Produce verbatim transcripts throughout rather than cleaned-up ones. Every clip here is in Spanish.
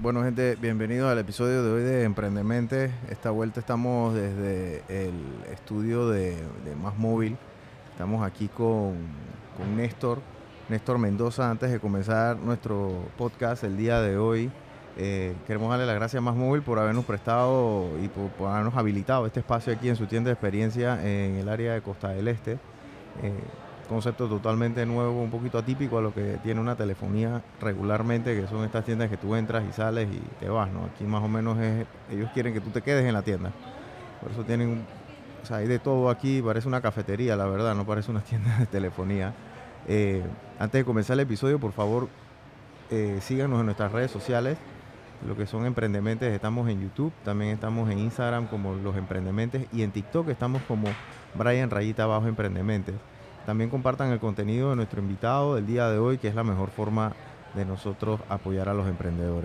Bueno, gente, bienvenidos al episodio de hoy de Emprendemente. Esta vuelta estamos desde el estudio de, de Más Móvil. Estamos aquí con, con Néstor, Néstor Mendoza. Antes de comenzar nuestro podcast el día de hoy, eh, queremos darle las gracias a Más Móvil por habernos prestado y por, por habernos habilitado este espacio aquí en su tienda de experiencia en el área de Costa del Este. Eh, concepto totalmente nuevo, un poquito atípico a lo que tiene una telefonía regularmente, que son estas tiendas que tú entras y sales y te vas, ¿no? Aquí más o menos es, ellos quieren que tú te quedes en la tienda. Por eso tienen, o sea, hay de todo aquí, parece una cafetería, la verdad, no parece una tienda de telefonía. Eh, antes de comenzar el episodio, por favor, eh, síganos en nuestras redes sociales, lo que son Emprendementes. Estamos en YouTube, también estamos en Instagram como Los Emprendementes y en TikTok estamos como Brian Rayita Abajo Emprendementes. También compartan el contenido de nuestro invitado del día de hoy, que es la mejor forma de nosotros apoyar a los emprendedores.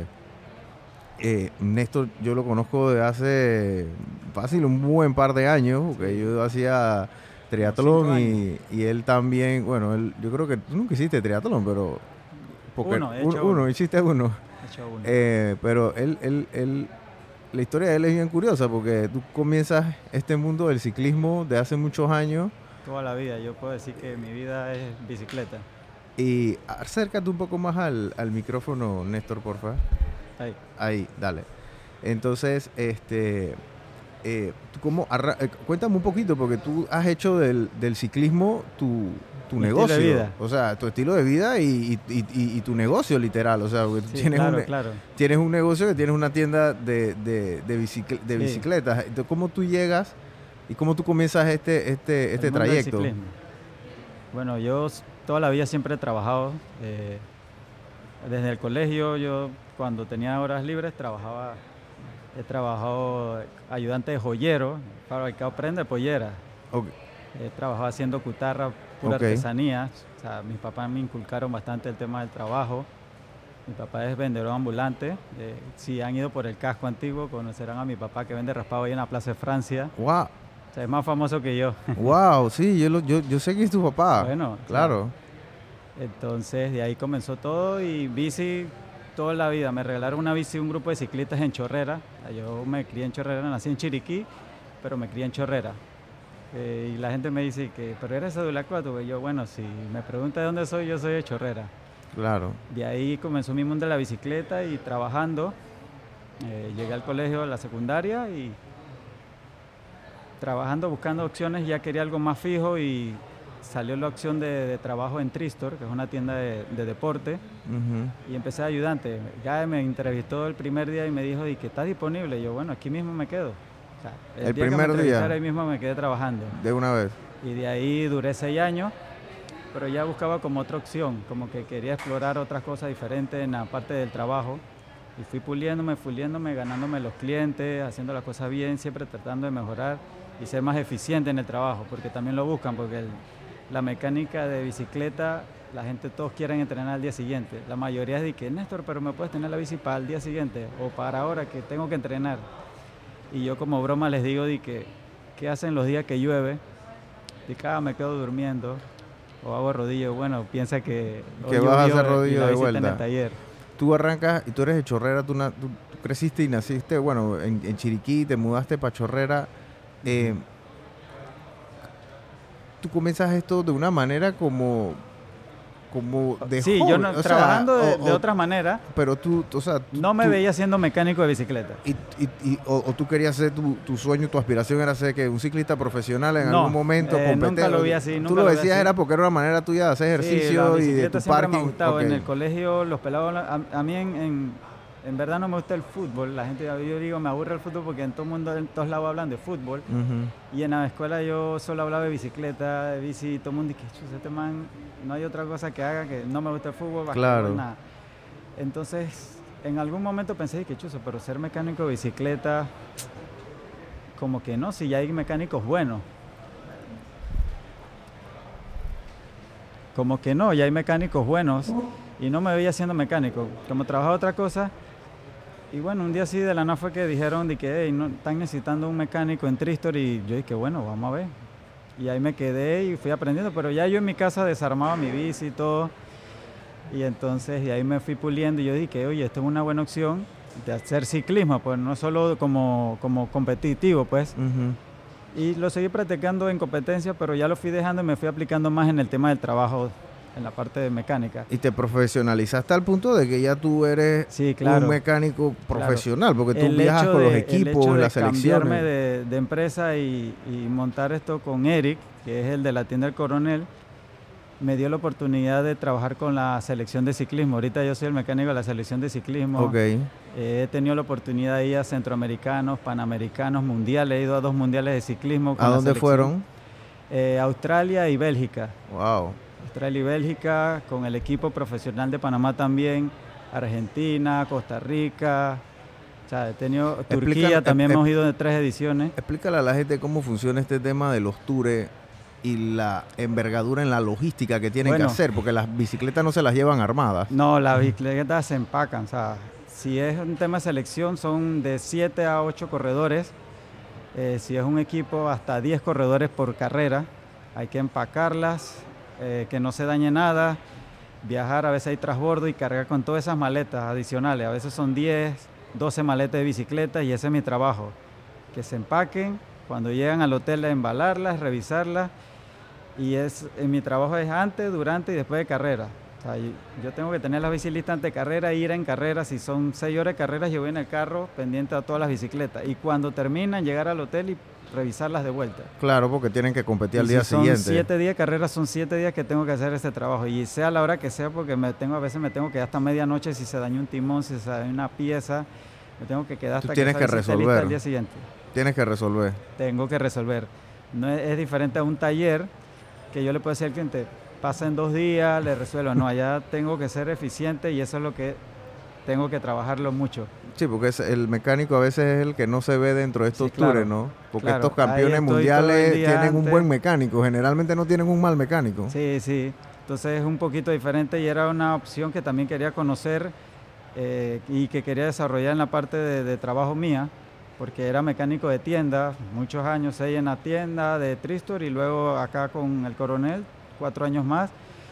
Eh, Néstor, yo lo conozco de hace fácil un buen par de años, porque yo hacía triatlón y, y él también, bueno, él, yo creo que tú nunca hiciste triatlón, pero... Porque uno, he un, hecho uno, uno. hiciste uno. He hecho uno. Eh, pero él, él, él, la historia de él es bien curiosa, porque tú comienzas este mundo del ciclismo de hace muchos años. Toda la vida, yo puedo decir que mi vida es bicicleta. Y acércate un poco más al, al micrófono, Néstor, por favor. Ahí. Ahí, dale. Entonces, este, eh, ¿tú cómo arra- eh, cuéntame un poquito, porque tú has hecho del, del ciclismo tu, tu Mi negocio. estilo de vida. O sea, tu estilo de vida y, y, y, y tu negocio, literal. O sea, porque tú Sí, tienes, claro, un, claro. tienes un negocio que tienes una tienda de, de, de, bicicle- de Sí. bicicletas. Entonces, ¿cómo tú llegas y cómo tú comienzas este, este, este El mundo del trayecto? ciclismo. Bueno, yo s- toda la vida siempre he trabajado. eh, desde el colegio, yo cuando tenía horas libres trabajaba, he trabajado ayudante de joyero, fabricado prenda de pollera. Ok. He trabajado haciendo cutarra, pura Ok. artesanía. O sea, mis papás me inculcaron bastante el tema del trabajo. Mi papá es vendedor ambulante. Eh, si han ido por el casco antiguo, conocerán a mi papá que vende raspado ahí en la Plaza de Francia. Wow. O sea, es más famoso que yo. Wow, sí, yo, lo, yo, yo sé que es tu papá. Bueno, claro. Entonces, de ahí comenzó todo y bici toda la vida. Me regalaron una bici un grupo de ciclistas en Chorrera. Yo me crié en Chorrera, nací en Chiriquí, pero me crié en Chorrera. Eh, y la gente me dice que, pero eres de Dulacuato. Y yo, bueno, si me pregunta de dónde soy, yo soy de Chorrera. Claro. De ahí comenzó mi mundo de la bicicleta y trabajando. Eh, llegué al colegio, a la secundaria y trabajando, buscando opciones, ya quería algo más fijo y salió la opción de, de trabajo en Tristor, que es una tienda de, de deporte, Ujú. y empecé de ayudante. Ya me entrevistó el primer día y me dijo, ¿y que está disponible? Y yo, bueno, aquí mismo me quedo. O sea, El día que me primer día. entrevistaron, ahí mismo me quedé trabajando. De una vez. Y de ahí duré seis años, pero ya buscaba como otra opción, como que quería explorar otras cosas diferentes en la parte del trabajo. Y fui puliéndome, puliéndome, ganándome los clientes, haciendo las cosas bien, siempre tratando de mejorar y ser más eficiente en el trabajo, porque también lo buscan, porque el- la mecánica de bicicleta, la gente todos quieren entrenar al día siguiente. La mayoría es de que, Néstor, pero me puedes tener la bici para el día siguiente o para ahora que tengo que entrenar. Y yo como broma les digo de que, ¿qué hacen los días que llueve? De que ah, me quedo durmiendo o hago rodillo. Bueno, piensa que hoy Que vas a llovió hacer rodillo y la de bici está en vuelta. el taller. Tú arrancas y tú eres de Chorrera, tú, na- tú, tú creciste y naciste, bueno, en, en Chiriquí, te mudaste para Chorrera. Eh, tú comienzas esto de una manera como, como de Sí, hobby, yo no- o sea, trabajando de, o- de o- otra manera, Pero tú, o sea, tú- no me tú- veía siendo mecánico de bicicleta. Y, y, y- o, o tú querías ser tu, tu sueño, tu aspiración era ser que un ciclista profesional en No, algún momento, eh, nunca competir. lo vi así, Tú nunca lo lo vi decías así. era porque era una manera tuya de hacer Sí, ejercicio la y de bicicleta tu siempre me parking. ha gustado. Ok. En el colegio los pelados, a, a mí en, en, en verdad no me gusta el fútbol. La gente, yo digo, me aburre el fútbol porque en todo el mundo, en todos lados hablan de fútbol. Ujú. Y en la escuela yo solo hablaba de bicicleta, de bici, y todo el mundo dice, "Chus, este man, no hay otra cosa que haga que no me gusta el fútbol, basquetbol, Claro. nada". Entonces, en algún momento pensé que chuzo, pero ser mecánico de bicicleta, como que no, si ya hay mecánicos buenos. Como que no, ya hay mecánicos buenos y no me veía siendo mecánico. Como trabajaba otra cosa, y bueno, un día así de la nada fue que dijeron de que "Ey, no, están necesitando un mecánico en Tristor", y yo dije, bueno, vamos a ver. Y ahí me quedé y fui aprendiendo, pero ya yo en mi casa desarmaba mi bici y todo. Y entonces, y ahí me fui puliendo y yo dije, oye, esto es una buena opción. de hacer ciclismo, pues no solo como, como competitivo, pues. Uh-huh. Y lo seguí practicando en competencia, pero ya lo fui dejando y me fui aplicando más en el tema del trabajo, en la parte de mecánica. Y te profesionalizaste al punto de que ya tú eres sí, claro, un mecánico profesional, claro. Porque tú el viajas con de, los equipos, el las selecciones. Cambiarme de, de empresa y, y montar esto con Eric, que es el de la tienda del Coronel, me dio la oportunidad de trabajar con la selección de ciclismo. Ahorita yo soy el mecánico de la selección de ciclismo. Okay. Eh, he tenido la oportunidad de ir a centroamericanos, panamericanos, mundiales. He ido a dos mundiales de ciclismo. Con ¿A la dónde selección. fueron? Eh, Australia y Bélgica. Wow. Australia y Bélgica, con el equipo profesional de Panamá también. Argentina, Costa Rica. O sea, he tenido Turquía, Explica, también eh, hemos ido de tres ediciones. Explícale a la gente cómo funciona este tema de los tours y la envergadura en la logística que tienen bueno, que hacer, porque las bicicletas no se las llevan armadas. No, las bicicletas se empacan. O sea, si es un tema de selección, son de siete a ocho corredores. Eh, si es un equipo, hasta diez corredores por carrera. Hay que empacarlas, eh, que no se dañe nada. Viajar, a veces hay transbordo y cargar con todas esas maletas adicionales. A veces son diez, doce maletas de bicicleta y ese es mi trabajo. Que se empaquen, cuando llegan al hotel, embalarlas, revisarlas. Y es, en mi trabajo es antes, durante y después de carrera. O sea, yo, yo tengo que tener las bici listas antes de carrera, ir en carrera. Si son seis horas de carrera, yo voy en el carro pendiente a todas las bicicletas. Y cuando terminan, llegar al hotel y revisarlas de vuelta. Claro, porque tienen que competir y al día si son siguiente. siete días de carrera, son siete días que tengo que hacer ese trabajo. Y sea la hora que sea, porque me tengo, a veces me tengo que quedar hasta medianoche si se dañó un timón, si se dañó una pieza. Me tengo que quedar hasta Tú tienes que, que esa bici esté resolver. lista al día siguiente. Tienes que resolver. Tengo que resolver. No es, es diferente a un taller que yo le puedo decir al cliente, pasa en dos días, le resuelvo. No, allá tengo que ser eficiente y eso es lo que tengo que trabajarlo mucho. Sí, porque es, el mecánico a veces es el que no se ve dentro de estos sí, claro, tours, ¿no? Porque claro. estos campeones mundiales tienen antes. un buen mecánico, generalmente no tienen un mal mecánico. Sí, sí, entonces es un poquito diferente y era una opción que también quería conocer eh, y que quería desarrollar en la parte de, de trabajo mía, porque era mecánico de tienda, muchos años, seis en la tienda de Tristor y luego acá con el Coronel, cuatro años más.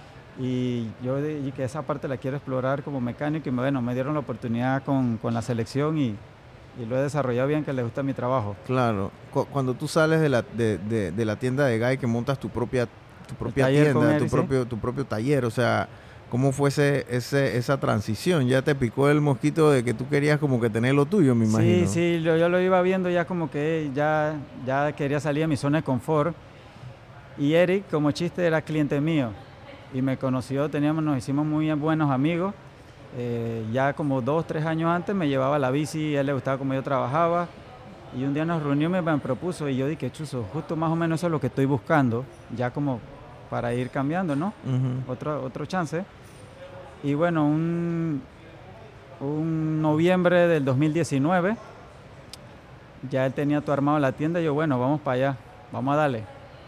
Y yo y que esa parte la quiero explorar como mecánico y bueno, me dieron la oportunidad con, con la selección y, y lo he desarrollado bien, que les gusta mi trabajo. Claro, Cu- cuando tú sales de la, de, de, de la tienda de Guy, que montas tu propia, tu propia tienda, él, tu, ¿sí? propio, tu propio taller, o sea, ¿cómo fue ese, ese, esa transición? ¿Ya te picó el mosquito de que tú querías como que tener lo tuyo, me imagino? Sí, sí, yo, yo lo iba viendo ya como que ya, ya quería salir de mi zona de confort y Eric, como chiste, era cliente mío. Y me conoció, teníamos, nos hicimos muy buenos amigos. Eh, ya como dos, tres años antes me llevaba la bici, a él le gustaba cómo yo trabajaba. Y un día nos reunimos y me propuso y yo dije, chuzo, justo más o menos eso es lo que estoy buscando, ya como para ir cambiando, ¿no? Uh-huh. Otro, otro chance. Y bueno, un, un noviembre del dos mil diecinueve, ya él tenía todo armado en la tienda y yo, bueno, vamos para allá, vamos a darle.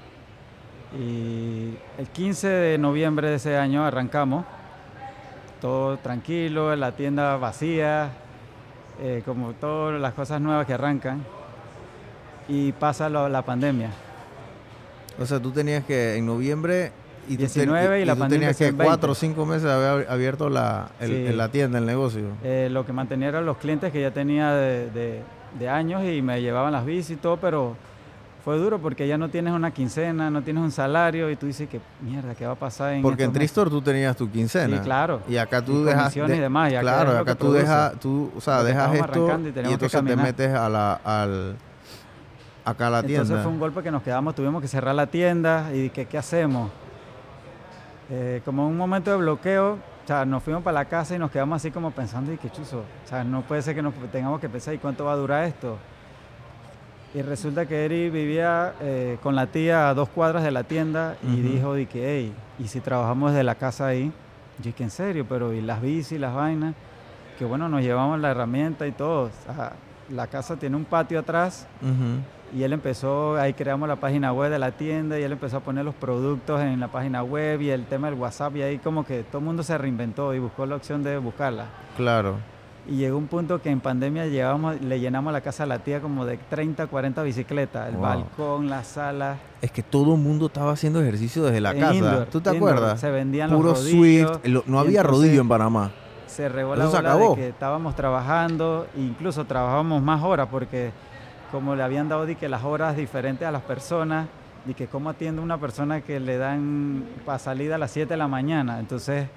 Y el quince de noviembre de ese año arrancamos, todo tranquilo, la tienda vacía, eh, como todas las cosas nuevas que arrancan, y pasa lo, la pandemia. O sea, tú tenías que en noviembre y diecinueve tú, ten, y, y la y tú pandemia tenías que veinte. cuatro o cinco meses de haber abierto la, el, Sí. la tienda, el negocio. Eh, lo que mantenía eran los clientes que ya tenía de, de, de años y me llevaban las bicis y todo, pero fue duro porque ya no tienes una quincena, no tienes un salario y tú dices que mierda, ¿qué va a pasar en Porque en estos meses? Tristor tú tenías tu quincena. Sí, claro. Y acá tú Y dejas comisiones de- y demás, y acá claro, es lo acá que tú produce. dejas tú, o sea, Porque dejas estamos esto arrancando y y, tenemos que entonces te caminar. metes a la al acá a la tienda. Entonces fue un golpe que nos quedamos, tuvimos que cerrar la tienda y que qué hacemos. Eh, como un momento de bloqueo, o sea, nos fuimos para la casa y nos quedamos así como pensando, y qué chuzo, o sea, no puede ser que nos tengamos que pensar, ¿y cuánto va a durar esto? Y resulta que Eri vivía eh, con la tía a dos cuadras de la tienda y Ujú. dijo, de que, hey, ¿y si trabajamos desde la casa ahí? Yo dije, ¿en serio? Pero, ¿y las bicis, las vainas? Que bueno, nos llevamos la herramienta y todo. O sea, la casa tiene un patio atrás. Ujú. Y él empezó, ahí creamos la página web de la tienda y él empezó a poner los productos en la página web y el tema del WhatsApp y ahí como que todo el mundo se reinventó y buscó la opción de buscarla. Claro. Y llegó un punto que en pandemia llevamos, le llenamos la casa a la tía como de treinta, cuarenta bicicletas, el Wow. balcón, la sala. Es que todo el mundo estaba haciendo ejercicio desde la en casa. indoor, ¿Tú te indoor. acuerdas? Se vendían Puro los rodillos. Swift. Lo- no y había entonces- rodillo en Panamá. se regó la ¿Eso se bola acabó? de que estábamos trabajando, incluso trabajábamos más horas porque como le habían dado de que las horas diferentes a las personas, de que cómo atiende una persona que le dan para salida a las siete de la mañana. Entonces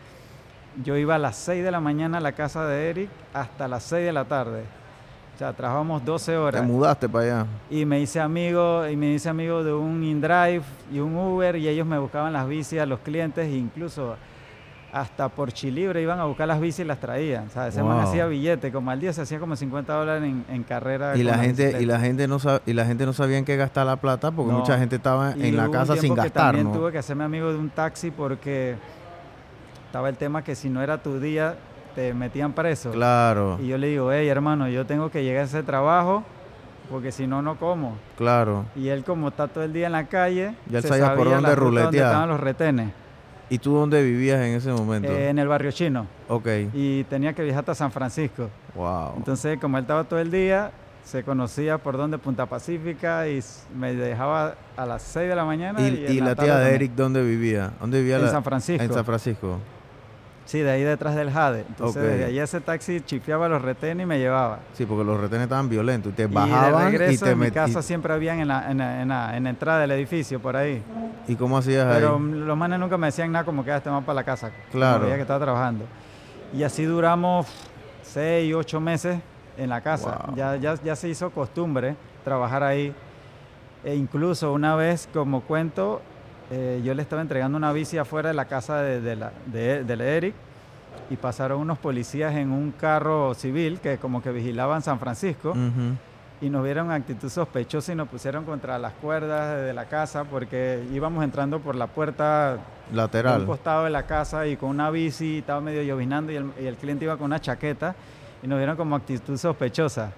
yo iba a las seis de la mañana a la casa de Eric hasta las seis de la tarde. O sea, trabajamos doce horas. Te mudaste para allá. Y me hice amigo, y me hice amigo de un InDrive y un Uber, y ellos me buscaban las bicis a los clientes, e incluso hasta por Chilibre iban a buscar las bicis y las traían. O sea, ese man Wow. hacía billete, como al día se hacía como cincuenta dólares en, en carrera. Y con la las gente y bicicletas. la gente no sab- y la gente no sabía en qué gastar la plata porque No. mucha gente estaba Y en la hubo un casa sin tiempo que gastar, también ¿no? tuve que hacerme amigo de un taxi porque estaba el tema que si no era tu día te metían preso. Claro, Y yo le digo, hey hermano, yo tengo que llegar a ese trabajo porque si no, no como. claro. Y él como está todo el día en la calle, Ya él se sabía por sabía dónde la ruta donde ruletear. estaban los retenes, ¿Y tú dónde vivías en ese momento? eh, en el barrio chino. Ok. Y tenía que viajar hasta San Francisco. Wow. Entonces, como él estaba todo el día, se conocía por donde Punta Pacífica y s- me dejaba a las seis de la mañana. ¿Y, Y, en y la tarde tía de también. Eric dónde vivía? ¿Dónde vivía En la- San Francisco. En San Francisco. Sí, de ahí detrás del Jade. Entonces, Ok. desde ahí ese taxi chifiaba los retenes y me llevaba. Sí, porque los retenes estaban violentos. Y te Y de bajaban y, regreso te en mi met- casa siempre habían en la, en, la, en, la, en la entrada del edificio, por ahí. y, ¿y cómo hacías Pero ahí? mm, los manes nunca me decían nada como que este más para la casa. Claro. Como veía que estaba trabajando. Y así duramos seis, ocho meses en la casa. Wow. Ya, ya, ya se hizo costumbre trabajar ahí. E incluso una vez, como cuento, eh, yo le estaba entregando una bici afuera de la casa de, de la, de, del Eric y pasaron unos policías en un carro civil que como que vigilaban San Francisco. Ujú. Y nos vieron actitud sospechosa y nos pusieron contra las cuerdas de la casa porque íbamos entrando por la puerta de Lateral. un costado de la casa y con una bici, estaba medio llovinando y el, y el cliente iba con una chaqueta y nos vieron como actitud sospechosa.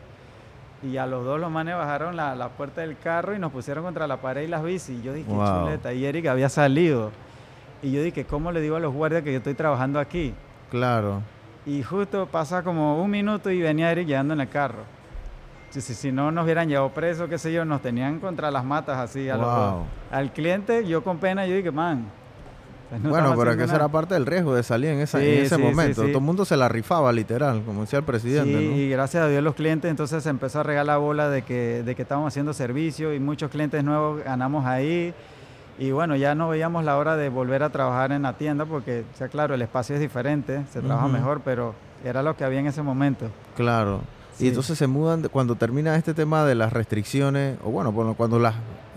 Y a los dos los manes bajaron la, la puerta del carro y nos pusieron contra la pared y las bicis. Y yo dije, Wow. chuleta. Y Eric había salido. Y yo dije, ¿cómo le digo a los guardias que yo estoy trabajando aquí? Claro. Y justo pasa como un minuto y venía Eric llegando en el carro. Si, si, si no nos hubieran llevado presos, qué sé yo, nos tenían contra las matas así. A los Wow. dos. Al cliente, yo con pena, yo dije, man. pues no Bueno, estamos pero es que haciendo esa era nada". parte del riesgo de salir en, esa, Sí, en ese sí, sí, momento. sí. Todo el mundo se la rifaba, literal, como decía el presidente, Sí, ¿no? y gracias a Dios los clientes, entonces se empezó a regar la bola de que, de que estábamos haciendo servicio y muchos clientes nuevos ganamos ahí. Y bueno, ya no veíamos la hora de volver a trabajar en la tienda porque, o sea, claro, el espacio es diferente, se trabaja Ujú. mejor, pero era lo que había en ese momento. Claro. Sí. Y entonces se mudan, de- cuando termina este tema de las restricciones, o bueno, bueno, cuando las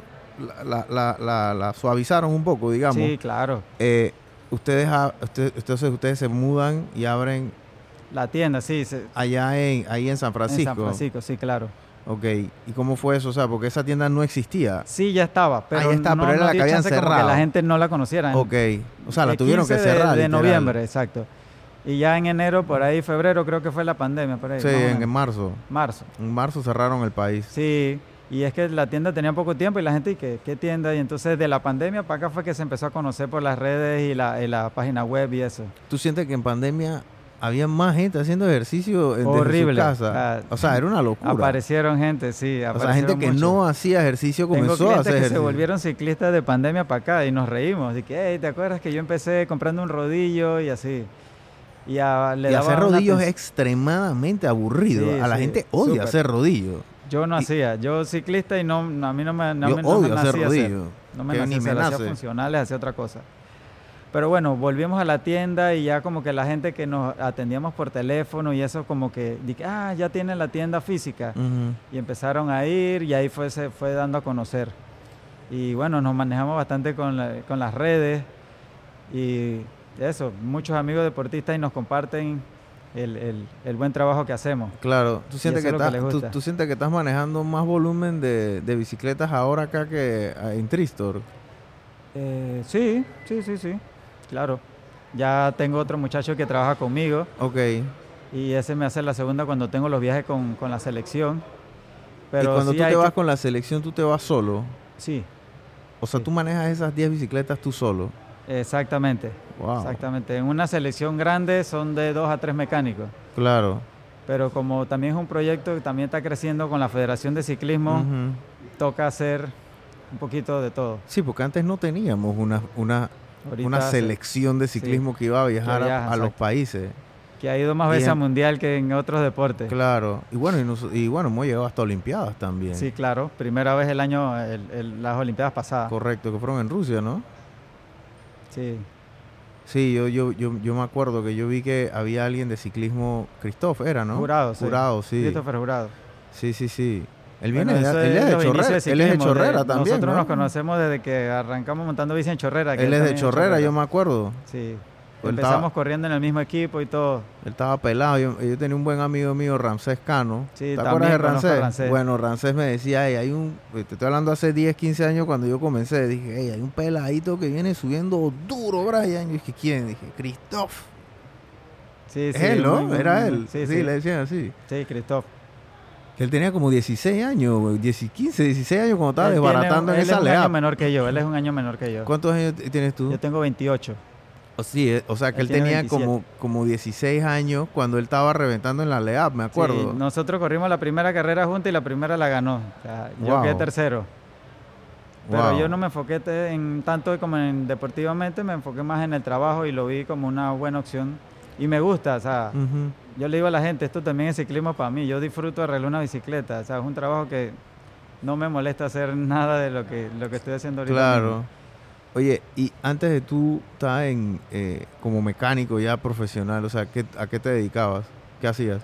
la, la, la, la- la suavizaron un poco, digamos, Sí, claro. eh, ustedes, a- usted- entonces ustedes se mudan y abren La tienda, sí, se- allá en, ahí en San Francisco. en San Francisco, sí, claro. Ok. ¿Y cómo fue eso? O sea, porque esa tienda no existía. Sí, ya estaba, pero ya está, no, pero era no la dio que habían chance como cerrado. que la gente no la conociera. Ok. O sea, la El tuvieron que quince de- cerrar. De, literal. noviembre, exacto. Y ya en enero, por ahí, febrero, creo que fue la pandemia, por ahí. Sí, más o en, menos. en marzo. Marzo. En marzo cerraron el país. Sí, y es que la tienda tenía poco tiempo y la gente, ¿y qué, qué tienda? Y entonces de la pandemia para acá fue que se empezó a conocer por las redes y la, y la página web y eso. ¿Tú sientes que en pandemia había más gente haciendo ejercicio en desde Horrible. su casa? Ah, O sea, era una locura. Aparecieron gente, sí, O sea, aparecieron gente que muchos. no hacía ejercicio Tengo comenzó a clientes hacer que ejercicio. se volvieron ciclistas de pandemia para acá y nos reímos. De que, hey, ¿te acuerdas que yo empecé comprando un rodillo y así? Y, a, le y daba hacer una rodillos es atención- extremadamente aburrido. Sí, a la sí, gente odia súper. hacer rodillos. Yo no y- hacía, yo ciclista y no, no, a mí no me, no Yo me, no me odio hacer nacía rodillos. No me que nacía ni me hacer, hacía nace. funcionales, hacía otra cosa. Pero bueno, volvimos a la tienda y ya como que la gente que nos atendíamos por teléfono y eso como que, dije, ah, ya tienen la tienda física. Ujú. Y empezaron a ir y ahí fue, se fue dando a conocer. Y bueno, nos manejamos bastante con, la- con las redes y eso, muchos amigos deportistas y nos comparten el, el- el buen trabajo que hacemos. Claro, tú sientes eso que, es lo que estás, les tú, gusta. tú sientes que estás manejando más volumen de, de bicicletas ahora acá que ah, en Tristor. Eh, sí, sí, sí, sí, claro. Ya tengo otro muchacho que trabaja conmigo Ok. y ese me hace la segunda cuando tengo los viajes con, con la selección. Pero y cuando sí tú hay te vas que- con la selección, tú te vas solo. Sí, O sea, Sí. tú manejas esas diez bicicletas tú solo. exactamente. Wow. Exactamente. En una selección grande son de dos a tres mecánicos. Claro. Pero como también es un proyecto que también está creciendo con la Federación de Ciclismo, Ujú. toca hacer un poquito de todo. Sí, porque antes no teníamos una, una, Ahorita una se- selección de ciclismo que iba a viajar a- viaja, a, los exacto. países. que ha ido más veces en, a mundial que en otros deportes. Claro, y bueno, y, nos, y bueno, hemos llegado hasta Olimpiadas también. Sí, claro, primera vez el año, el, el, las Olimpiadas pasadas. Correcto, que fueron en Rusia, ¿no? Sí. Sí, yo, yo, yo, yo me acuerdo que yo vi que había alguien de ciclismo, Christoph era, ¿no? Jurado, sí. Jurado, sí. Christopher Jurado. Sí, sí, sí. Él viene bueno, de, él es de Chorrera, de él es de Chorrera de, también, Nosotros ¿no? nos conocemos desde que arrancamos montando bici en Chorrera. Él, él es de Chorrera, Chorrera, yo me acuerdo. Sí. Él Empezamos estaba, corriendo en el mismo equipo y todo. Él estaba pelado. Yo, yo tenía un buen amigo mío, Ramsés Cano. Sí, ¿te acuerdas de Ramsés? Ramsés? Bueno, Ramsés me decía, hey, hay un, te estoy hablando hace diez, quince años cuando yo comencé. Dije, hey, hay un peladito que viene subiendo duro, Brian. Yo dije, ¿quién? Dije, Christoph. Sí, sí. Es él, ¿no? Muy, Era muy, él. Sí, sí, sí, le decían así. Sí, Christoph. Que él tenía como dieciséis años, quince, dieciséis años cuando estaba él desbaratando tiene, en esa Él es un L E A P. año menor que yo, él es un año menor que yo. ¿Cuántos años tienes tú? Yo tengo veintiocho. Oh, sí, eh, o sea que él, él tenía como, como dieciséis años cuando él estaba reventando en la L E A P, me acuerdo. Sí, nosotros corrimos la primera carrera juntos y la primera la ganó. O sea, yo Wow. quedé tercero. Pero Wow. yo no me enfoqué en tanto como en deportivamente, me enfoqué más en el trabajo y lo vi como una buena opción. Y me gusta, o sea, Uh-huh. yo le digo a la gente, esto también es ciclismo para mí. Yo disfruto de arreglar una bicicleta, o sea, es un trabajo que no me molesta hacer nada de lo que, lo que estoy haciendo ahorita. Claro. mismo. Oye, y antes de tú estar en, eh, como mecánico ya profesional, o sea, ¿qué, ¿a qué te dedicabas? ¿Qué hacías?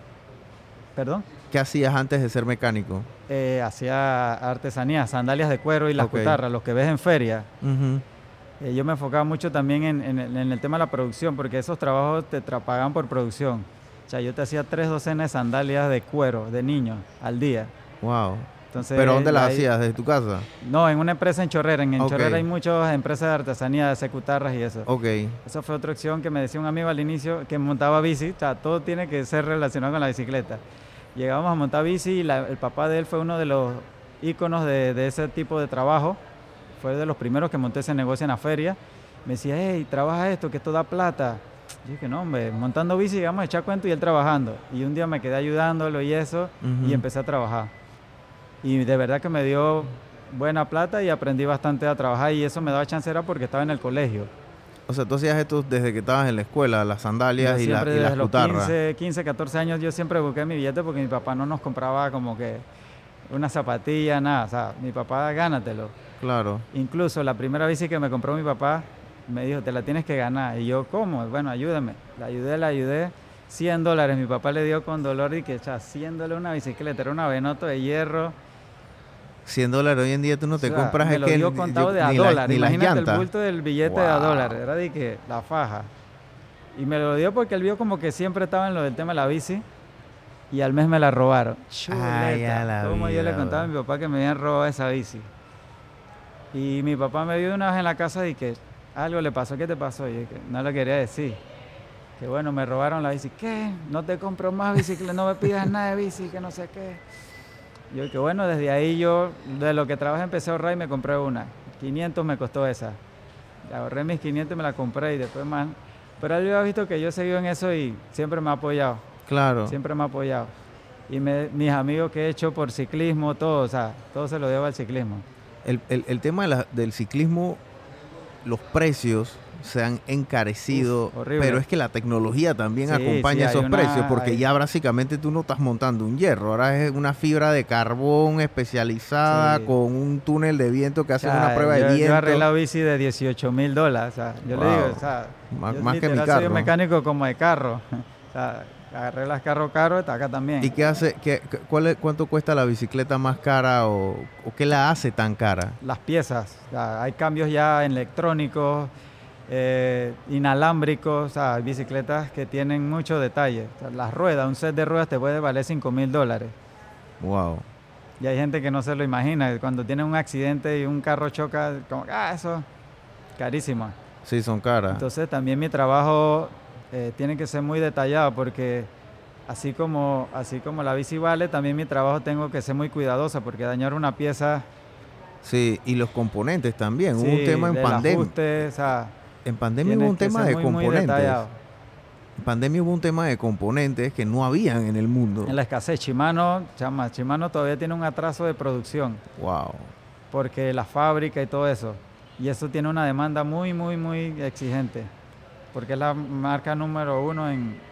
¿Perdón? ¿Qué hacías antes de ser mecánico? Eh, hacía artesanía, sandalias de cuero y las Ok. cutarras, los que ves en feria. Uh-huh. Eh, yo me enfocaba mucho también en, en el, en el tema de la producción, porque esos trabajos te tra- pagan por producción. O sea, yo te hacía tres docenas de sandalias de cuero de niños al día. Wow. Entonces, ¿Pero dónde las ahí- hacías? ¿Desde tu casa? No, en una empresa en Chorrera. En, en Ok. Chorrera hay muchas empresas de artesanía, de hacer cutarras y eso. Ok. Esa fue otra opción que me decía un amigo al inicio que montaba bici. O sea, todo tiene que ser relacionado con la bicicleta. Llegamos a montar bici y la- el papá de él fue uno de los íconos de, de ese tipo de trabajo. Fue de los primeros que monté ese negocio en la feria. Me decía, hey, trabaja esto, que esto da plata. Yo dije, no, hombre, montando bici, vamos a echar cuento y él trabajando. Y un día me quedé ayudándolo y eso, Ujú. y empecé a trabajar. Y de verdad que me dio buena plata y aprendí bastante a trabajar. Y eso me daba chance era porque estaba en el colegio. O sea, tú hacías esto desde que estabas en la escuela, las sandalias Yo y, la, siempre y las desde los cutarras. quince, quince, catorce años yo siempre busqué mi billete porque mi papá no nos compraba como que una zapatilla, nada. O sea, mi papá, gánatelo. Claro. Incluso la primera bici que me compró mi papá me dijo, te la tienes que ganar. Y yo, ¿cómo? Bueno, ayúdame. La ayudé, la ayudé. cien dólares. Mi papá le dio con dolor y que echa cien dólares una bicicleta. Era una Venoto de hierro. cien dólares hoy en día tú no te O sea, compras me es lo que dio ni- contado yo- de a ni la- dólar. ni las Imagínate el llantas. bulto del billete de a Wow. dólar. Era de que la faja. Y me lo dio porque él vio como que siempre estaba en lo del tema de la bici. Y al mes me la robaron. Ay, a la Chuleta. Como yo le vida, contaba a mi papá que me habían robado esa bici. Y mi papá me vio una vez en la casa y que algo le pasó. ¿Qué te pasó? Y yo que no lo quería decir. Que bueno, me robaron la bici. ¿Qué? No te compro más bicicleta, no me pidas nada de bici, que no sé qué. Yo que bueno, desde ahí yo de lo que trabajé empecé a ahorrar y me compré una. quinientos me costó esa. Ahorré mis quinientos y me la compré y después más. Pero él había visto que yo he seguido en eso y siempre me ha apoyado. Claro. Siempre me ha apoyado. Y me- mis amigos que he hecho por ciclismo, todo, o sea, todo se lo debo al ciclismo. El, el- el tema de la- del ciclismo, los precios se han encarecido, Uf, horrible. pero es que la tecnología también Sí, acompaña sí, hay esos una- precios, porque hay- ya básicamente tú no estás montando un hierro, ahora es una fibra de carbón especializada Sí. con un túnel de viento que O hace sea, una prueba yo, de yo viento. arreglé la bici de dieciocho mil dólares. O sea, yo Wow. le digo, o sea, Más- yo más que mi literal soy carro. un mecánico como de carro. O sea, arreglas carro caro, está acá también. ¿Y qué hace, qué, qué- cuál es- cuánto cuesta la bicicleta más cara o, o qué la hace tan cara? Las piezas, o sea, hay cambios ya electrónicos, eh, inalámbricos, o sea, hay bicicletas que tienen mucho detalle. O sea, las ruedas, un set de ruedas te puede valer cinco mil dólares. Wow. Y hay gente que no se lo imagina, cuando tiene un accidente y un carro choca, como, ah, eso, carísimo. Sí, son caras. Entonces también mi trabajo eh, tiene que ser muy detallado porque así como, así como la bici vale, también mi trabajo tengo que ser muy cuidadosa porque dañar una pieza... Sí, y los componentes también. Hubo sí, un tema en del pandemia. ajuste, o sea, En pandemia tienes hubo un que tema ser de muy, muy componentes. detallado. En pandemia hubo un tema de componentes que no habían en el mundo. En la escasez, Shimano, chama, Shimano todavía tiene un atraso de producción Wow. porque la fábrica y todo eso. Y eso tiene una demanda muy, muy, muy exigente porque es la marca número uno en,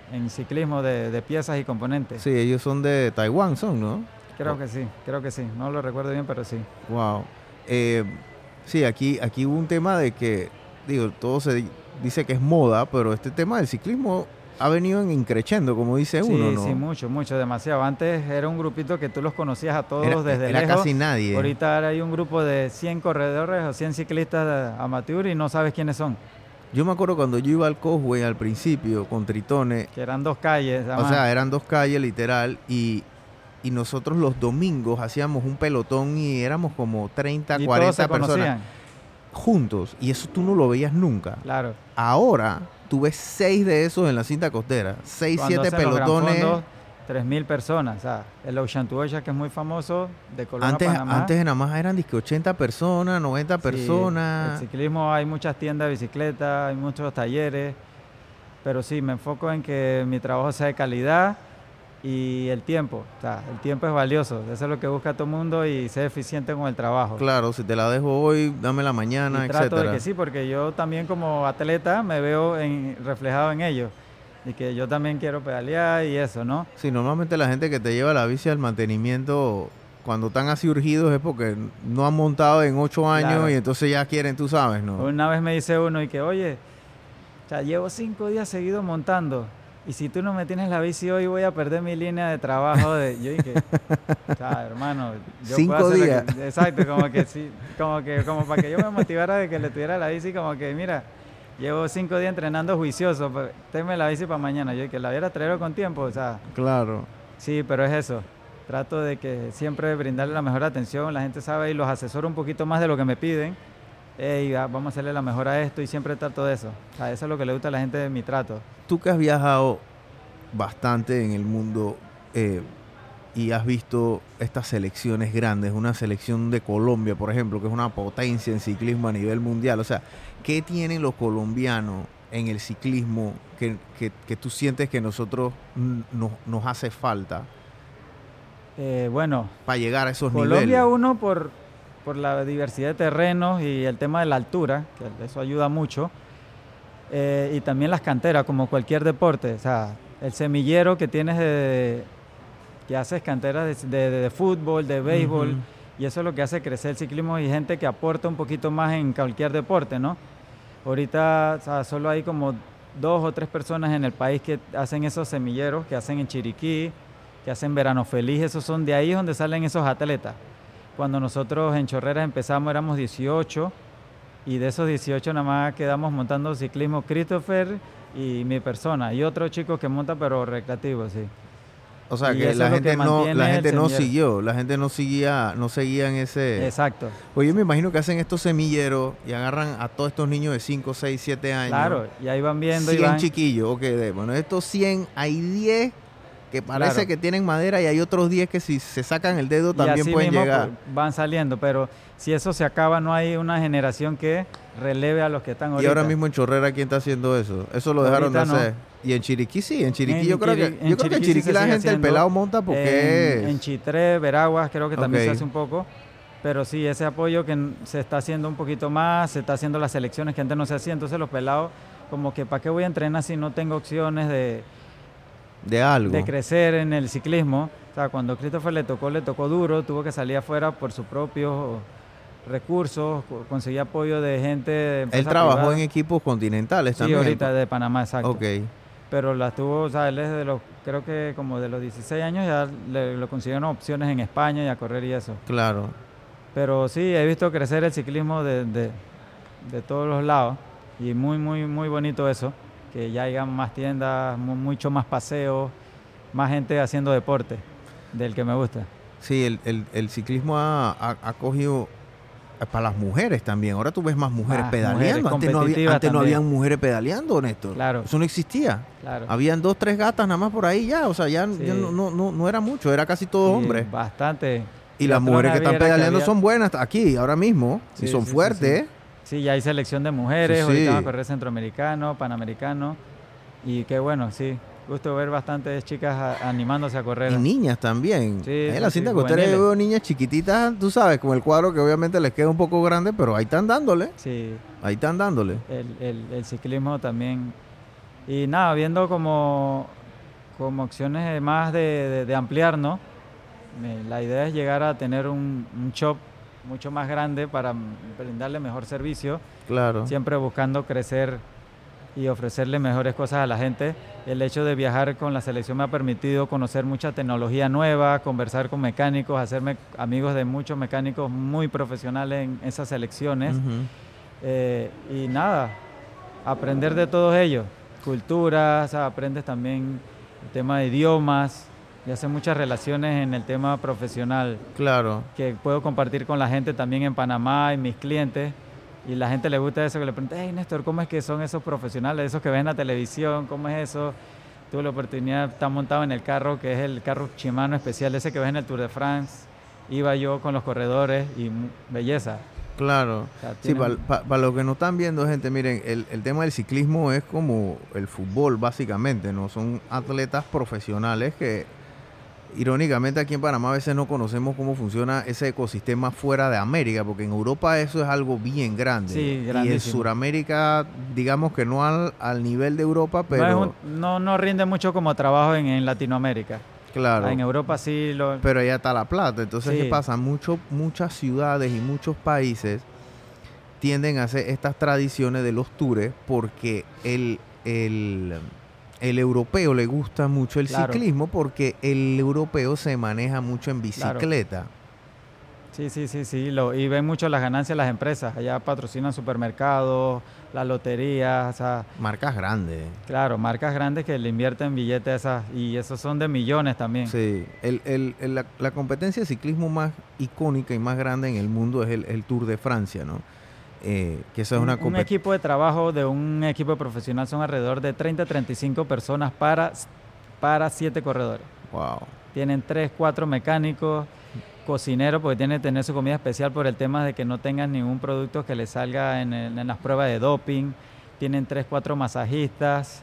en ciclismo de, de piezas y componentes. Sí, ellos son de Taiwán, son, ¿no? Creo Oh. que sí, creo que sí. No lo recuerdo bien, pero sí. Wow. Eh, sí, aquí, aquí hubo un tema de que, digo, todo se di- dice que es moda, pero este tema del ciclismo ha venido en increciendo, como dice Sí, uno, ¿no? sí, mucho, mucho, demasiado. Antes era un grupito que tú los conocías a todos Era, desde era lejos. casi nadie. Ahorita ahora hay un grupo de cien corredores o cien ciclistas amateur y no sabes quiénes son. Yo me acuerdo cuando yo iba al Causeway al principio con Tritones, Que eran dos calles. o además. sea, eran dos calles literal, y, y nosotros los domingos hacíamos un pelotón y éramos como treinta, y todos cuarenta se personas conocían. juntos, y eso tú no lo veías nunca. Claro. Ahora tú ves seis de esos en la cinta costera, seis, Cuando siete hacen los gran pelotones. fondos, tres mil personas. O sea, el Ocean to Ocean, que es muy famoso, de Colón Antes, a Panamá. antes nada más eran disque ochenta personas, noventa Sí, personas. el ciclismo, hay muchas tiendas de bicicleta, hay muchos talleres, pero sí, me enfoco en que mi trabajo sea de calidad y el tiempo. O sea, el tiempo es valioso, eso es lo que busca todo el mundo y ser eficiente con el trabajo. Claro, si te la dejo hoy, dame la mañana, Y trato etcétera. de que sí, porque yo también como atleta me veo en- reflejado en ellos y que yo también quiero pedalear y eso, ¿no? Sí, normalmente la gente que te lleva la bici al mantenimiento, cuando están así urgidos es porque no han montado en ocho años Claro. y entonces ya quieren, tú sabes, ¿no? Una vez me dice uno y que, oye, o sea, llevo cinco días seguidos montando y si tú no me tienes la bici hoy voy a perder mi línea de trabajo. De... Yo dije, o sea, hermano, yo Cinco puedo hacer lo días. que- Exacto, como que sí, como que como para que yo me motivara de que le tuviera la bici, como que mira, llevo cinco días entrenando juicioso, pues, tenme la bici para mañana. Yo que la hubiera traído con tiempo, o sea, Claro. sí, pero es eso. Trato de que siempre brindarle la mejor atención, la gente sabe y los asesoro un poquito más de lo que me piden. Ey, ah, vamos a hacerle la mejor a esto y siempre trato de eso. O sea, eso es lo que le gusta a la gente de mi trato. Tú que has viajado bastante en el mundo eh, y has visto estas selecciones grandes, una selección de Colombia, por ejemplo, que es una potencia en ciclismo a nivel mundial. O sea, ¿qué tienen los colombianos en el ciclismo que, que, que tú sientes que nosotros mm, nos, nos hace falta Eh, bueno, para llegar a esos Colombia niveles? uno por, por la diversidad de terrenos y el tema de la altura, que eso ayuda mucho. Eh, y también las canteras, como cualquier deporte. O sea, el semillero que tienes de, que haces canteras de, de- de fútbol, de béisbol, Ujú. y eso es lo que hace crecer el ciclismo y gente que aporta un poquito más en cualquier deporte, ¿no? Ahorita, o sea, solo hay como dos o tres personas en el país que hacen esos semilleros, que hacen en Chiriquí, que hacen Verano Feliz, esos son de ahí donde salen esos atletas. Cuando nosotros en Chorreras empezamos éramos dieciocho y de esos dieciocho nada más quedamos montando ciclismo Christopher y mi persona y otro chico que monta pero recreativo, sí. O sea, Y que eso la es lo gente que no, mantiene la el gente no semillero. siguió, la gente no seguía, no seguía en ese. Exacto. Pues yo me imagino que hacen estos semilleros y agarran a todos estos niños de cinco, seis, siete años. Claro, y ahí van viendo y cien van. chiquillos, ok, de, bueno, de estos cien hay diez que parece Claro. que tienen madera y hay otros diez que si se sacan el dedo Y también así pueden mismo, llegar. pues, van saliendo, pero si eso se acaba no hay una generación que releve a los que están Y ahorita. ahora mismo en Chorrera, ¿quién está haciendo eso? Eso lo dejaron de Ahorita no. hacer. Y en Chiriquí sí, en Chiriquí En yo creo Chiri- que en yo creo que en Chiriquí sí Chiriquí se la sigue gente, el haciendo. pelado monta porque en, es... en Chitré, Veraguas, creo que también Ok. se hace un poco. Pero sí, ese apoyo que n- se está haciendo un poquito más, se está haciendo las selecciones que antes no se hacía. Entonces los pelados, como que ¿para qué voy a entrenar si no tengo opciones de, de algo. de crecer en el ciclismo? O sea, cuando a Christopher le tocó, le tocó duro, tuvo que salir afuera por sus propios recursos, co- conseguir apoyo de gente de Él empresas trabajó privadas. en equipos continentales Sí, también. ahorita de Panamá, exacto. Ok. Pero las tuvo, o sea, él es de los, creo que como de los dieciséis años ya le, lo consiguieron opciones en España y a correr y eso. Claro. Pero sí, he visto crecer el ciclismo de, de, de todos los lados y muy, muy, muy bonito eso, que ya hayan más tiendas, mu- mucho más paseos, más gente haciendo deporte, del que me gusta. Sí, el, el, el ciclismo ha, ha, ha cogido eh, para las mujeres también. Ahora tú ves más mujeres Más pedaleando. mujeres antes no, había, competitivas antes no también. habían mujeres pedaleando, Néstor. Claro. Eso no existía. Claro. Habían dos, tres gatas nada más por ahí ya. O sea, ya, Sí. ya no, no, no, no era mucho. Era casi todo Sí, hombre. Bastante. Y La las otra mujeres que vez están era que pedaleando había- son buenas aquí, ahora mismo. Sí, y son sí, sí, fuertes. sí. Sí, ya hay selección de mujeres, Sí, sí. ahorita van a correr centroamericano, panamericano. Y qué bueno, sí. Gusto ver bastantes chicas a- animándose a correr. Y niñas también. Sí, en sí, la sí, cinta costera yo juveniles. veo niñas chiquititas, tú sabes, con el cuadro que obviamente les queda un poco grande, pero ahí están dándole. Sí, Ahí están dándole. el, el, el ciclismo también Y nada, viendo como, como opciones más de, de, de ampliar, ¿no? Me, la idea es llegar a tener un, un shop mucho más grande para brindarle mejor servicio. Claro. Siempre buscando crecer y ofrecerle mejores cosas a la gente. El hecho de viajar con la selección me ha permitido conocer mucha tecnología nueva, conversar con mecánicos, hacerme amigos de muchos mecánicos muy profesionales en esas selecciones. Uh-huh. eh, y nada, aprender de todos ellos. Culturas, aprendes también el tema de idiomas y hacer muchas relaciones en el tema profesional. Claro. Que puedo compartir con la gente también en Panamá y mis clientes. Y la gente le gusta eso, que le pregunta, hey Néstor, ¿cómo es que son esos profesionales, esos que ven en la televisión? ¿Cómo es eso? Tuve la oportunidad de estar montado en el carro, que es el carro Shimano especial, ese que ves en el Tour de France. Iba yo con los corredores y belleza. Claro. O sea, sí, para pa, pa lo que no están viendo, gente, miren, el, el tema del ciclismo es como el fútbol, básicamente, ¿no? Son atletas profesionales que, irónicamente, aquí en Panamá a veces no conocemos cómo funciona ese ecosistema fuera de América, porque en Europa eso es algo bien grande. Sí, y en Sudamérica, digamos que no al, al nivel de Europa, pero... No, un, no, no rinde mucho como trabajo en, en Latinoamérica. Claro. En Europa sí lo... Pero allá está la plata. Entonces, sí. ¿qué pasa? Mucho, muchas ciudades y muchos países tienden a hacer estas tradiciones de los tours porque el... el El europeo le gusta mucho el claro. ciclismo porque el europeo se maneja mucho en bicicleta. Claro. Sí, sí, sí, sí. Lo, y ven mucho las ganancias las empresas. Allá patrocinan supermercados, las loterías. O sea, marcas grandes. Claro, marcas grandes que le invierten billetes esas, y esos son de millones también. Sí. El, el, el, la, la competencia de ciclismo más icónica y más grande en el mundo es el, el Tour de Francia, ¿no? Eh, que eso es una un, un equipo de trabajo de un equipo profesional son alrededor de treinta a treinta y cinco personas para, para siete corredores. Wow. Tienen tres, cuatro mecánicos, cocineros, porque tienen que tener su comida especial por el tema de que no tengan ningún producto que les salga en, el, en las pruebas de doping. Tienen tres, cuatro masajistas,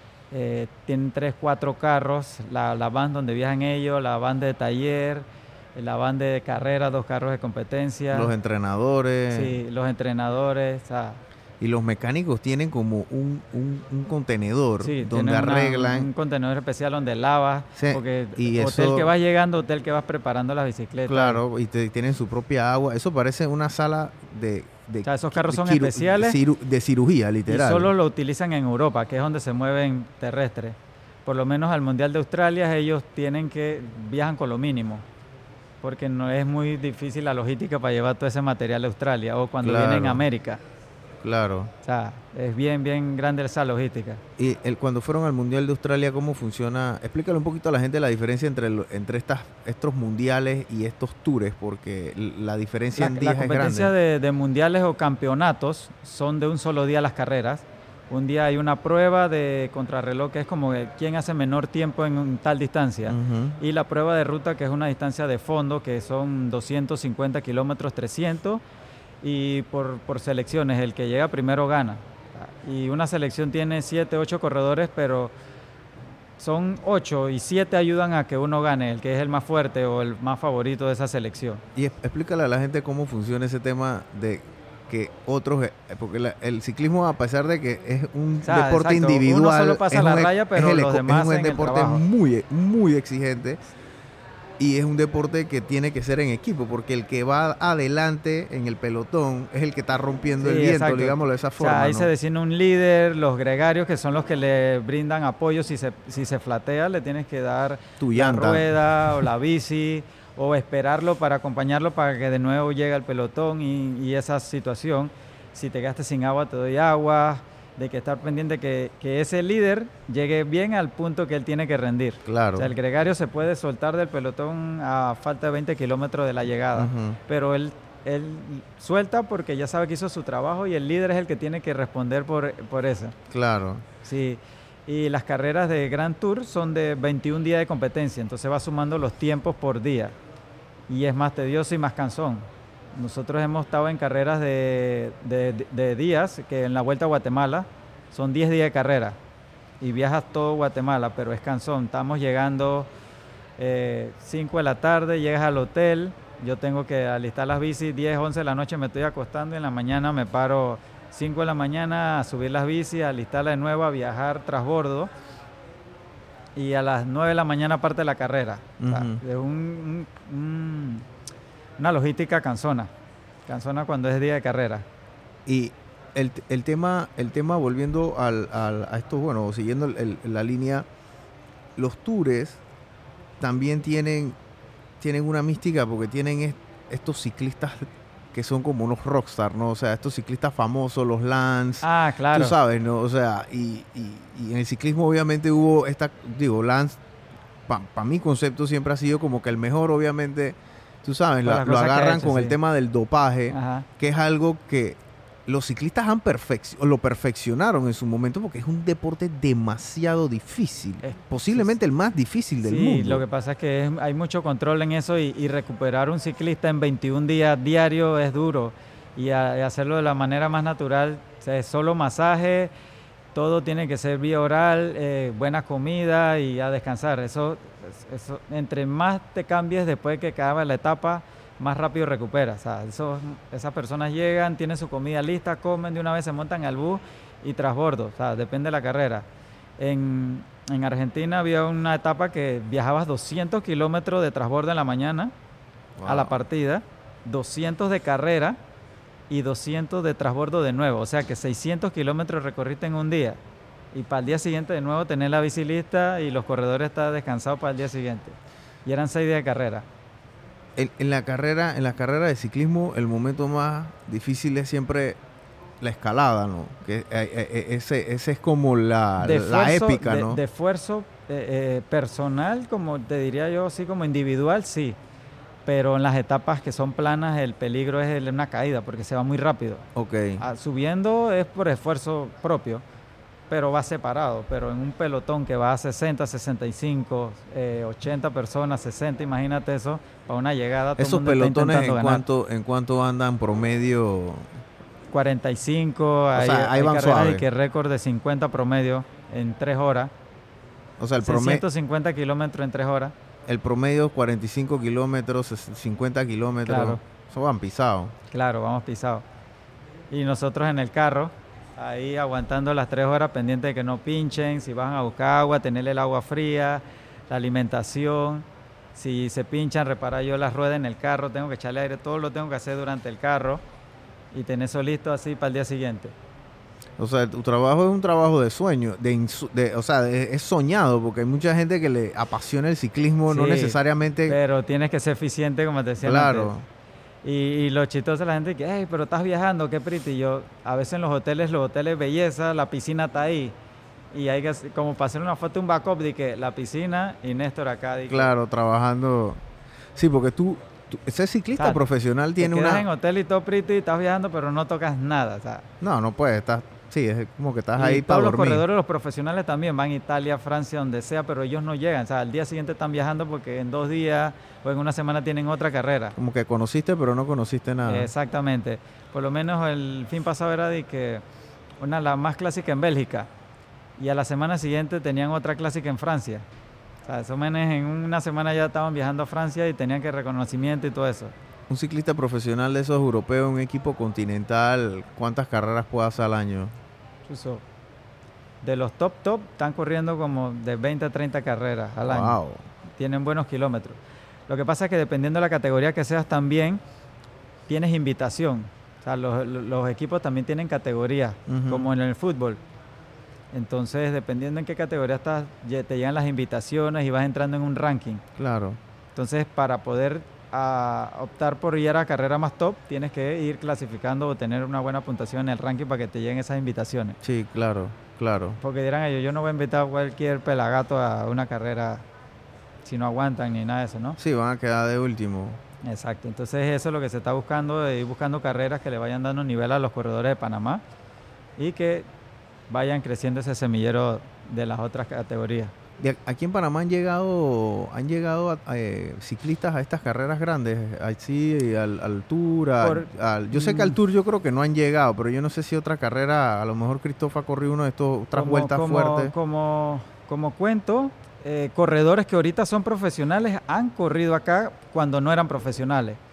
eh, tienen tres, cuatro carros, la, la van donde viajan ellos, la van de taller, la van de carrera, dos carros de competencia. Los entrenadores. Sí, los entrenadores. O sea, y los mecánicos tienen como un, un, un contenedor sí, donde arreglan. Una, un contenedor especial donde lavas. Sí, porque y hotel eso, que vas llegando, hotel que vas preparando las bicicletas. Claro, y te, tienen su propia agua. Eso parece una sala de... de o sea, esos carros son ciru, especiales. De, ciru, de cirugía, literal. Y solo lo utilizan en Europa, que es donde se mueven terrestres. Por lo menos al Mundial de Australia ellos tienen que viajan con lo mínimo. Porque no es muy difícil la logística para llevar todo ese material a Australia o cuando claro, vienen a América. Claro. O sea, es bien, bien grande esa logística. Y el, cuando fueron al Mundial de Australia, ¿cómo funciona? Explícale un poquito a la gente la diferencia entre, el, entre estas, estos mundiales y estos tours, porque la diferencia la, en días es grande. La competencia de, de mundiales o campeonatos son de un solo día las carreras. Un día hay una prueba de contrarreloj que es como quién hace menor tiempo en tal distancia. Uh-huh. Y la prueba de ruta que es una distancia de fondo que son doscientos cincuenta kilómetros, trescientos. Y por, por selecciones, el que llega primero gana. Y una selección tiene siete, ocho corredores, pero son ocho y siete ayudan a que uno gane, el que es el más fuerte o el más favorito de esa selección. Y explícale a la gente cómo funciona ese tema de que otros, porque la, el ciclismo, a pesar de que es un o sea, deporte exacto, individual, uno solo pasa es la un, raya, pero es los el, demás es un deporte muy, muy exigente. Y es un deporte que tiene que ser en equipo, porque el que va adelante en el pelotón es el que está rompiendo sí, el viento, exacto. digámoslo de esa forma. O sea, ahí ¿no? se designa un líder, los gregarios, que son los que le brindan apoyo. Si se, si se flatea, le tienes que dar tu la llanta. rueda o la bici, o esperarlo para acompañarlo para que de nuevo llegue al pelotón y, y esa situación. Si te quedaste sin agua, te doy agua. De que estar pendiente que, que ese líder llegue bien al punto que él tiene que rendir. Claro. O sea, el gregario se puede soltar del pelotón a falta de veinte kilómetros de la llegada, uh-huh. pero él, él suelta porque ya sabe que hizo su trabajo y el líder es el que tiene que responder por, por eso. Claro. Sí, y las carreras de Grand Tour son de veintiún días de competencia, entonces va sumando los tiempos por día y es más tedioso y más cansón. Nosotros hemos estado en carreras de, de, de, de días, que en la Vuelta a Guatemala son diez días de carrera y viajas todo Guatemala, pero es cansón. Estamos llegando eh, cinco de la tarde, llegas al hotel, yo tengo que alistar las bicis, diez, once de la noche me estoy acostando y en la mañana me paro cinco de la mañana a subir las bicis, a alistarla de nuevo, a viajar transbordo. Y a las nueve de la mañana parte la carrera. Uh-huh. O sea, es un, un, un, una logística cansona. Cansona cuando es día de carrera. Y el, el tema, el tema volviendo al, al, a esto, bueno, siguiendo el, el, la línea, los tours también tienen, tienen una mística porque tienen est, estos ciclistas que son como unos rockstar, ¿no? O sea, estos ciclistas famosos, los Lance. Ah, claro. Tú sabes, ¿no? O sea, y, y, y en el ciclismo obviamente hubo esta, digo, Lance, para pa mi concepto siempre ha sido como que el mejor, obviamente, tú sabes, la, lo agarran hecho, con sí. el tema del dopaje, Ajá. que es algo que los ciclistas han perfec- lo perfeccionaron en su momento porque es un deporte demasiado difícil, es, posiblemente es, el más difícil del sí, mundo. Sí, lo que pasa es que es, hay mucho control en eso y, y recuperar un ciclista en veintiún días diarios es duro y, a, y hacerlo de la manera más natural, o sea, es solo masaje, todo tiene que ser vía oral, eh, buena comida y a descansar. Eso, eso, entre más te cambies después de que acabe la etapa, más rápido recuperas. O sea, esos, esas personas llegan, tienen su comida lista, comen de una vez, se montan al bus y transbordo. O sea, depende de la carrera. En, en Argentina había una etapa que viajabas doscientos kilómetros de transbordo en la mañana wow. a la partida, doscientos de carrera y doscientos de transbordo de nuevo. O sea que seiscientos kilómetros recorriste en un día. Y para el día siguiente de nuevo tener la bici lista y los corredores están descansados para el día siguiente. Y eran seis días de carrera. En, en la carrera, en la carrera de ciclismo, el momento más difícil es siempre la escalada, ¿no? Que eh, eh, ese, ese es como la, de la esfuerzo, épica, de, ¿no? De esfuerzo eh, eh, personal, como te diría yo, sí, como individual, sí. Pero en las etapas que son planas, el peligro es el, una caída, porque se va muy rápido. Okay. Ah, subiendo es por esfuerzo propio, pero va separado. Pero en un pelotón que va a sesenta, sesenta y cinco, eh, ochenta personas, sesenta, imagínate eso, para una llegada. ¿Esos pelotones en cuánto, en cuánto andan promedio? cuarenta y cinco, o hay, sea, ahí hay van carreras suave. de que récord de cincuenta promedio en tres horas. O sea, el promedio... ciento cincuenta kilómetros en tres horas. El promedio cuarenta y cinco kilómetros, cincuenta kilómetros. Claro. Eso van pisados. Claro, vamos pisados. Y nosotros en el carro, ahí aguantando las tres horas, pendiente de que no pinchen, si van a buscar agua, tenerle el agua fría, la alimentación. Si se pinchan, reparar yo las ruedas en el carro, tengo que echarle aire, todo lo tengo que hacer durante el carro y tener eso listo así para el día siguiente. O sea, tu trabajo es un trabajo de sueño, de, insu- de o sea, de, es soñado, porque hay mucha gente que le apasiona el ciclismo, sí, no necesariamente... pero tienes que ser eficiente, como te decía Claro. antes. Y, y lo chistoso es la gente que, hey, pero estás viajando, qué pretty. Y yo, a veces en los hoteles, los hoteles belleza, la piscina está ahí. Y hay que, como para hacer una foto, un backup de que la piscina y Néstor acá. De claro, que, trabajando. Sí, porque tú, tú ese ciclista o sea, profesional tiene te una... quedas en hotel y todo pretty, estás viajando, pero no tocas nada, o sea. No, no puedes, estás... Sí, es como que estás y ahí para dormir. Todos los corredores, los profesionales también van a Italia, Francia, donde sea, pero ellos no llegan. O sea, al día siguiente están viajando porque en dos días o en una semana tienen otra carrera. Como que conociste, pero no conociste nada. Exactamente. Por lo menos el fin pasado era de que una la más clásica en Bélgica y a la semana siguiente tenían otra clásica en Francia. O sea, esos menes en una semana ya estaban viajando a Francia y tenían que reconocimiento y todo eso. Un ciclista profesional de esos europeos, un equipo continental, ¿cuántas carreras puede hacer al año? Incluso de los top top están corriendo como de veinte a treinta carreras al año. Wow. Tienen buenos kilómetros. Lo que pasa es que dependiendo de la categoría que seas también tienes invitación. O sea, los, los equipos también tienen categorías, uh-huh. como en el fútbol. Entonces, dependiendo en qué categoría estás, te llegan las invitaciones y vas entrando en un ranking. Claro. Entonces, para poder a optar por ir a la carrera más top, tienes que ir clasificando o tener una buena puntuación en el ranking para que te lleguen esas invitaciones. Sí, claro, claro. Porque dirán ellos, yo no voy a invitar a cualquier pelagato a una carrera si no aguantan ni nada de eso, ¿no? Sí, van a quedar de último. Exacto, entonces eso es lo que se está buscando, ir buscando carreras que le vayan dando nivel a los corredores de Panamá y que vayan creciendo ese semillero de las otras categorías. Aquí en Panamá han llegado han llegado a, a, eh, ciclistas a estas carreras grandes, así al, al Tour, al, Por, al, yo sé que al Tour yo creo que no han llegado, pero yo no sé si otra carrera, a lo mejor Christophe ha corrido uno de estos, otras como, vueltas como, fuertes. Como, como cuento, eh, corredores que ahorita son profesionales han corrido acá cuando no eran profesionales.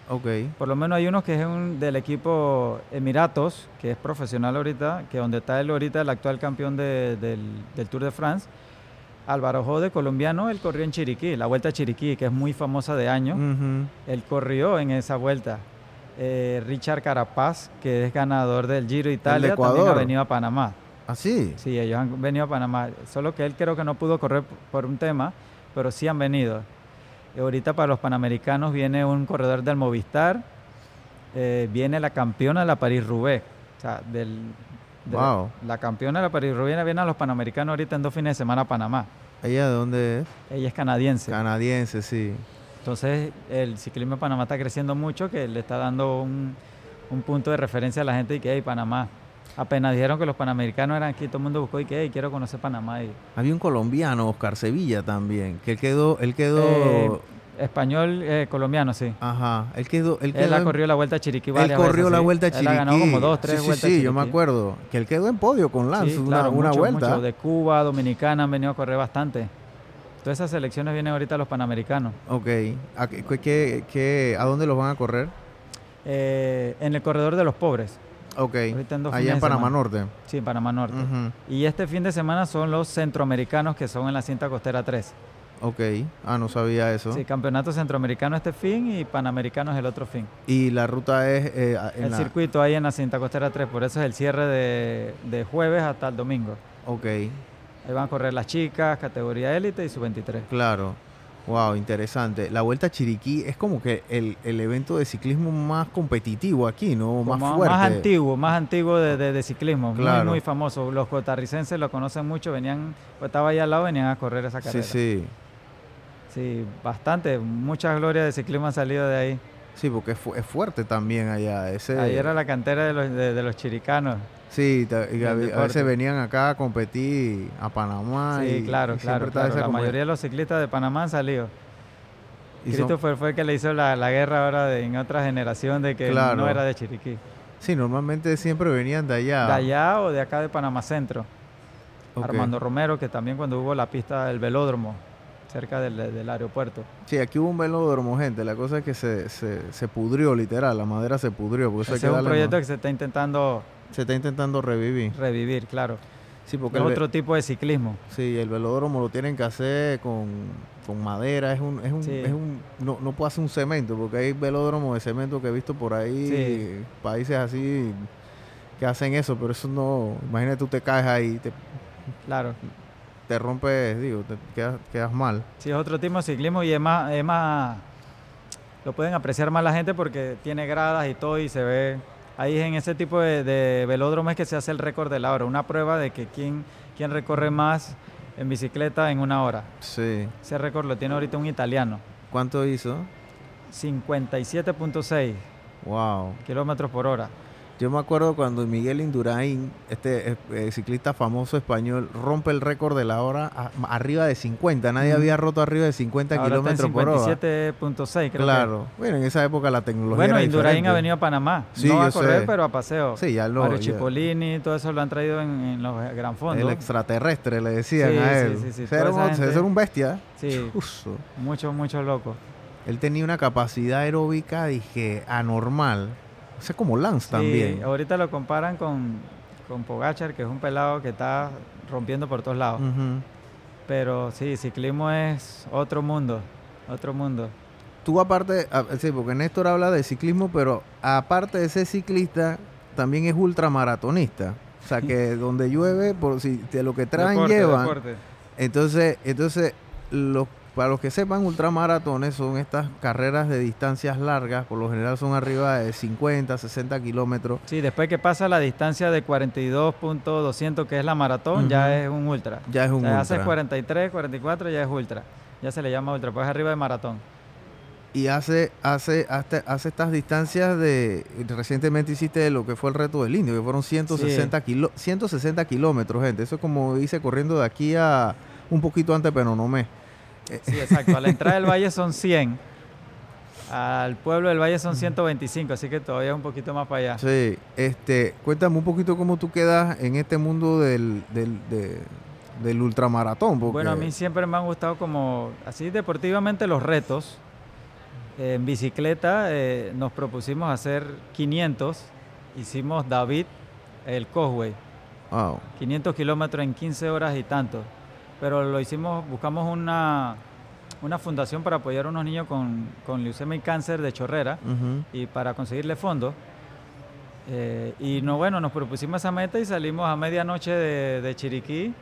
Ok. Por lo menos hay uno que es un, del equipo Emiratos, que es profesional ahorita, que donde está él ahorita, el actual campeón de, del, del Tour de France. Álvaro Jode, colombiano, él corrió en Chiriquí, la Vuelta a Chiriquí, que es muy famosa de año. Uh-huh. Él corrió en esa vuelta. Eh, Richard Carapaz, que es ganador del Giro Italia, también ha venido a Panamá. ¿Ah, sí? Sí, ellos han venido a Panamá. Solo que él creo que no pudo correr por un tema, pero sí han venido. Y ahorita para los Panamericanos viene un corredor del Movistar, eh, viene la campeona de la París-Roubaix. O sea, del... De wow. la, la campeona de la París-Roubaix viene a los Panamericanos ahorita en dos fines de semana a Panamá. ¿Ella de dónde es? Ella es canadiense. Canadiense, sí. Entonces el ciclismo de Panamá está creciendo mucho, que le está dando un, un punto de referencia a la gente y que, hey, Panamá. Apenas dijeron que los Panamericanos eran aquí, todo el mundo buscó y que, hey, quiero conocer Panamá. Y, había un colombiano, Oscar Sevilla también, que él quedó... Él quedó eh, español, eh, colombiano, sí. Ajá. Él quedó... Él, quedó él ha en, corrido la Vuelta a Chiriquí Él varias corrió veces, la sí. Vuelta a Chiriquí. Él ha ganado como dos, tres sí, sí, vueltas sí, a Chiriquí. yo me acuerdo. Que él quedó en podio con Lance, sí, una, claro, una mucho, vuelta. Mucho. De Cuba, Dominicana han venido a correr bastante. Todas esas selecciones vienen ahorita a los Panamericanos. Ok. ¿A, qué, qué, qué, ¿A dónde los van a correr? Eh, en el corredor de los pobres. Ok. Ahorita en dos allá en Panamá semana. Norte. Sí, en Panamá Norte. Uh-huh. Y este fin de semana son los centroamericanos, que son en la cinta costera tres. Ok. Ah, no sabía eso. Sí, campeonato centroamericano este fin y panamericanos el otro fin. Y la ruta es... Eh, en el la... circuito ahí en la cinta costera tres, por eso es el cierre de, de jueves hasta el domingo. Ok. Ahí van a correr las chicas, categoría élite y sub veintitrés. Claro. Wow, interesante. La Vuelta a Chiriquí es como que el, el evento de ciclismo más competitivo aquí, ¿no? Más, más fuerte. Más antiguo, más antiguo de, de, de ciclismo. Claro. Muy, muy famoso. Los costarricenses lo conocen mucho. Venían, pues estaba ahí al lado, venían a correr esa carrera. Sí, sí. Sí, bastante. Muchas glorias de ciclismo han salido de ahí. Sí, porque es, fu es fuerte también allá. Ese... Ahí era la cantera de los, de, de los chiricanos. Sí, y a, a veces venían acá a competir a Panamá. Sí, y, claro, y claro. claro. La mayoría de los ciclistas de Panamá han salido. Y Christopher son... fue el que le hizo la, la guerra ahora de, en otra generación de que claro. no era de Chiriquí. Sí, normalmente siempre venían de allá. De allá o de acá de Panamá Centro. Okay. Armando Romero, que también cuando hubo la pista del velódromo, cerca del, del aeropuerto. Sí, aquí hubo un velódromo, gente. La cosa es que se, se, se pudrió, literal. La madera se pudrió. Por eso Ese hay que es un proyecto más... que se está intentando... Se está intentando revivir. Revivir, claro. Sí, porque es otro tipo de ciclismo. Sí, el velódromo lo tienen que hacer con, con madera. Es un, es un, sí. es un no, no puede hacer un cemento, porque hay velódromos de cemento que he visto por ahí, sí. países así que hacen eso, pero eso no. Imagínate, tú te caes ahí, te, claro, te rompes, digo, te quedas, quedas mal. Sí, es otro tipo de ciclismo y es más, es más, lo pueden apreciar más la gente porque tiene gradas y todo y se ve. Ahí en ese tipo de, de velódromo es que se hace el récord de la hora, una prueba de que quién, quién recorre más en bicicleta en una hora. Sí. Ese récord lo tiene ahorita un italiano. ¿Cuánto hizo? cincuenta y siete punto seis. Wow. Kilómetros por hora. Yo me acuerdo cuando Miguel Indurain, este eh, ciclista famoso español, rompe el récord de la hora a, arriba de cincuenta. Nadie mm. había roto arriba de cincuenta ahora kilómetros por hora. cincuenta y siete punto seis, creo. Claro. Que. Bueno, en esa época la tecnología bueno, era Indurain diferente. ha venido a Panamá. Sí, no yo a correr, sé. pero a paseo. Sí, ya lo... Mario ya. Cipollini, todo eso lo han traído en, en los Gran Fondos. El extraterrestre, le decían sí, a él. Sí, sí, sí. O sea, era, un, gente... era un bestia. Sí. Uso. Mucho, mucho loco. Él tenía una capacidad aeróbica, dije, anormal. O sea, como Lance sí, también. Ahorita lo comparan con, con Pogacar, que es un pelado que está rompiendo por todos lados. Uh-huh. Pero sí, ciclismo es otro mundo, otro mundo. Tú aparte, sí, porque Néstor habla de ciclismo, pero aparte de ser ciclista, también es ultramaratonista. O sea, que donde llueve, por si de lo que traen deporte, llevan. Deporte. Entonces, entonces los para los que sepan, ultramaratones son estas carreras de distancias largas, por lo general son arriba de cincuenta, sesenta kilómetros. Sí, después que pasa la distancia de cuarenta y dos punto doscientos, que es la maratón, uh-huh. ya es un ultra. Ya es un o sea, ultra. Haces cuarenta y tres, cuarenta y cuatro, ya es ultra. Ya se le llama ultra, pues arriba de maratón. Y hace, hace, hace, hace estas distancias de... Recientemente hiciste lo que fue el reto del Indio, que fueron ciento sesenta, sí. kilo, ciento sesenta kilómetros, gente. Eso es como hice corriendo de aquí a un poquito antes de Penonomé. Sí, exacto. A la entrada del valle son cien. Al pueblo del valle son ciento veinticinco, así que todavía es un poquito más para allá. Sí. Este, cuéntame un poquito cómo tú quedas en este mundo del, del, de, del ultramaratón. Porque... Bueno, a mí siempre me han gustado como, así deportivamente, los retos. Eh, en bicicleta eh, nos propusimos hacer quinientos, hicimos David, el Causeway, Wow. quinientos kilómetros en quince horas y tanto, pero lo hicimos, buscamos una, una fundación para apoyar a unos niños con, con leucemia y cáncer de Chorrera Ujú. y para conseguirle fondos. Eh, y no, bueno, nos propusimos esa meta y salimos a medianoche de, de Chiriquí,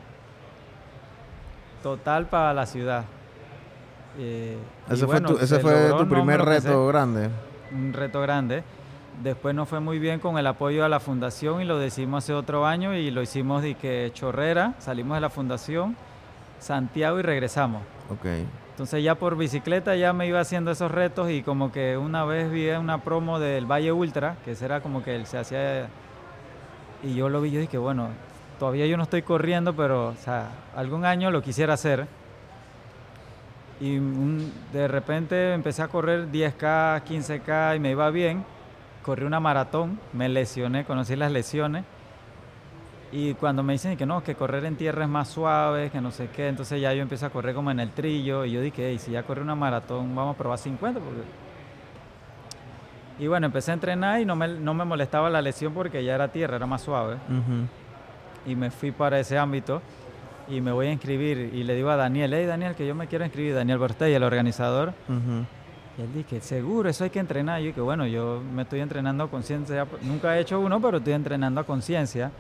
total para la ciudad. Eh, y Ese bueno, fue tu, ese se fue logró, tu no me primer lo pensé, reto grande. un reto grande. Después nos fue muy bien con el apoyo a la fundación y lo decidimos hace otro año y lo hicimos de que Chorrera, salimos de la fundación, Santiago y regresamos. Ok. Entonces ya por bicicleta ya me iba haciendo esos retos y como que una vez vi una promo del Valle Ultra, que ese era como que él se hacía, y yo lo vi y yo dije, bueno, todavía yo no estoy corriendo, pero o sea, algún año lo quisiera hacer. Y un- de repente empecé a correr diez K, quince K y me iba bien. Corrí una maratón, me lesioné, conocí las lesiones. Y cuando me dicen que no, que correr en tierra es más suave, que no sé qué, entonces ya yo empiezo a correr como en el trillo. Y yo dije, hey, si ya corrí una maratón, vamos a probar cincuenta. Porque... Y bueno, empecé a entrenar y no me, no me molestaba la lesión porque ya era tierra, era más suave. Ujú. Y me fui para ese ámbito y me voy a inscribir. Y le digo a Daniel, hey Daniel, que yo me quiero inscribir. Daniel Bortey, el organizador. Ujú. Y él dije, seguro, eso hay que entrenar. Y yo dije, bueno, yo me estoy entrenando a conciencia. Nunca he hecho uno, pero estoy entrenando a conciencia.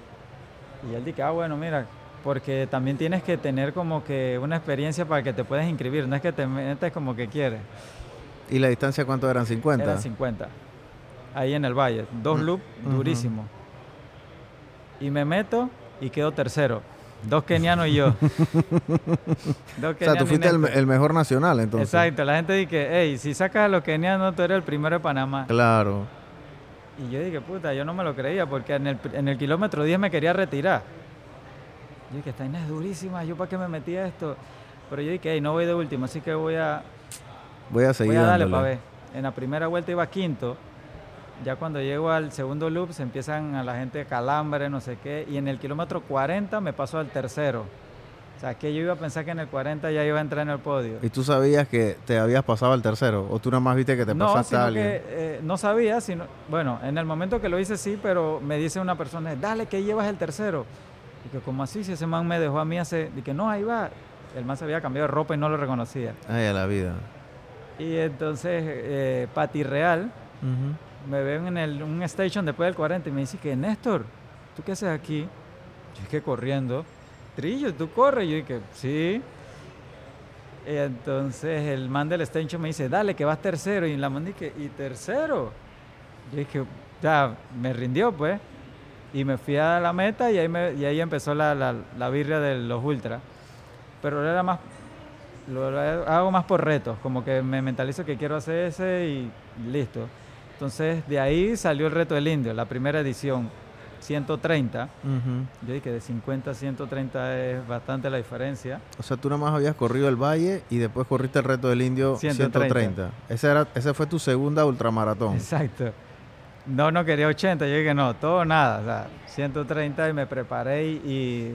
Y él dije, ah, bueno, mira, porque también tienes que tener como que una experiencia para que te puedas inscribir. No es que te metes como que quieres. ¿Y la distancia cuánto eran? ¿cincuenta? Eran cincuenta. Ahí en el valle. Dos Mm, loops ujú. durísimos. Y me meto y quedo tercero. Dos kenianos y yo. Dos O sea, tú kenianos y fuiste el, Néstor. el mejor nacional, entonces. Exacto, la gente dice, hey, si sacas a los kenianos, tú eres el primero de Panamá. Claro. Y yo dije, puta, yo no me lo creía porque en el, en el kilómetro diez me quería retirar. Yo dije, esta vaina es durísima, ¿yo para qué me metí a esto? Pero yo dije, hey, no voy de último, así que voy a, Voy a seguir voy a darle dándole. para ver. En la primera vuelta iba quinto. Ya cuando llego al segundo loop se empiezan a la gente calambre, no sé qué. Y en el kilómetro cuarenta me paso al tercero. O sea, que yo iba a pensar que en el cuarenta ya iba a entrar en el podio. ¿Y tú sabías que te habías pasado al tercero? ¿O tú nada más viste que te No, pasaste a sino alguien? que eh, no sabía, sino, bueno, en el momento que lo hice sí, pero me dice una persona, dale, que llevas el tercero. Y que como así, si ese man me dejó a mí hace, y que no, ahí va. El man se había cambiado de ropa y no lo reconocía. Ay, a la vida. Y entonces, eh, Pati Real, Ujú. me ven en el, un station después del cuarenta y me dice que, Néstor, ¿tú qué haces aquí? Yo dije, corriendo. Trillo, ¿tú corres? Yo dije, sí. Y entonces el man del station me dice, dale, que vas tercero. Y la man dije, ¿y tercero? Yo dije, ya, me rindió, pues. Y me fui a la meta y ahí, me, y ahí empezó la, la, la birria de los ultras. Pero era más, lo hago más por retos, como que me mentalizo que quiero hacer ese y listo. Entonces, de ahí salió el reto del indio, la primera edición, ciento treinta. Ujú. Yo dije, de cincuenta a ciento treinta es bastante la diferencia. O sea, tú nada más habías corrido el Valle y después corriste el reto del Indio ciento ciento treinta. treinta. Ese era, ese fue tu segunda ultramaratón. Exacto. No, no quería ochenta, yo dije, no, todo o nada, o sea, ciento treinta y me preparé y, y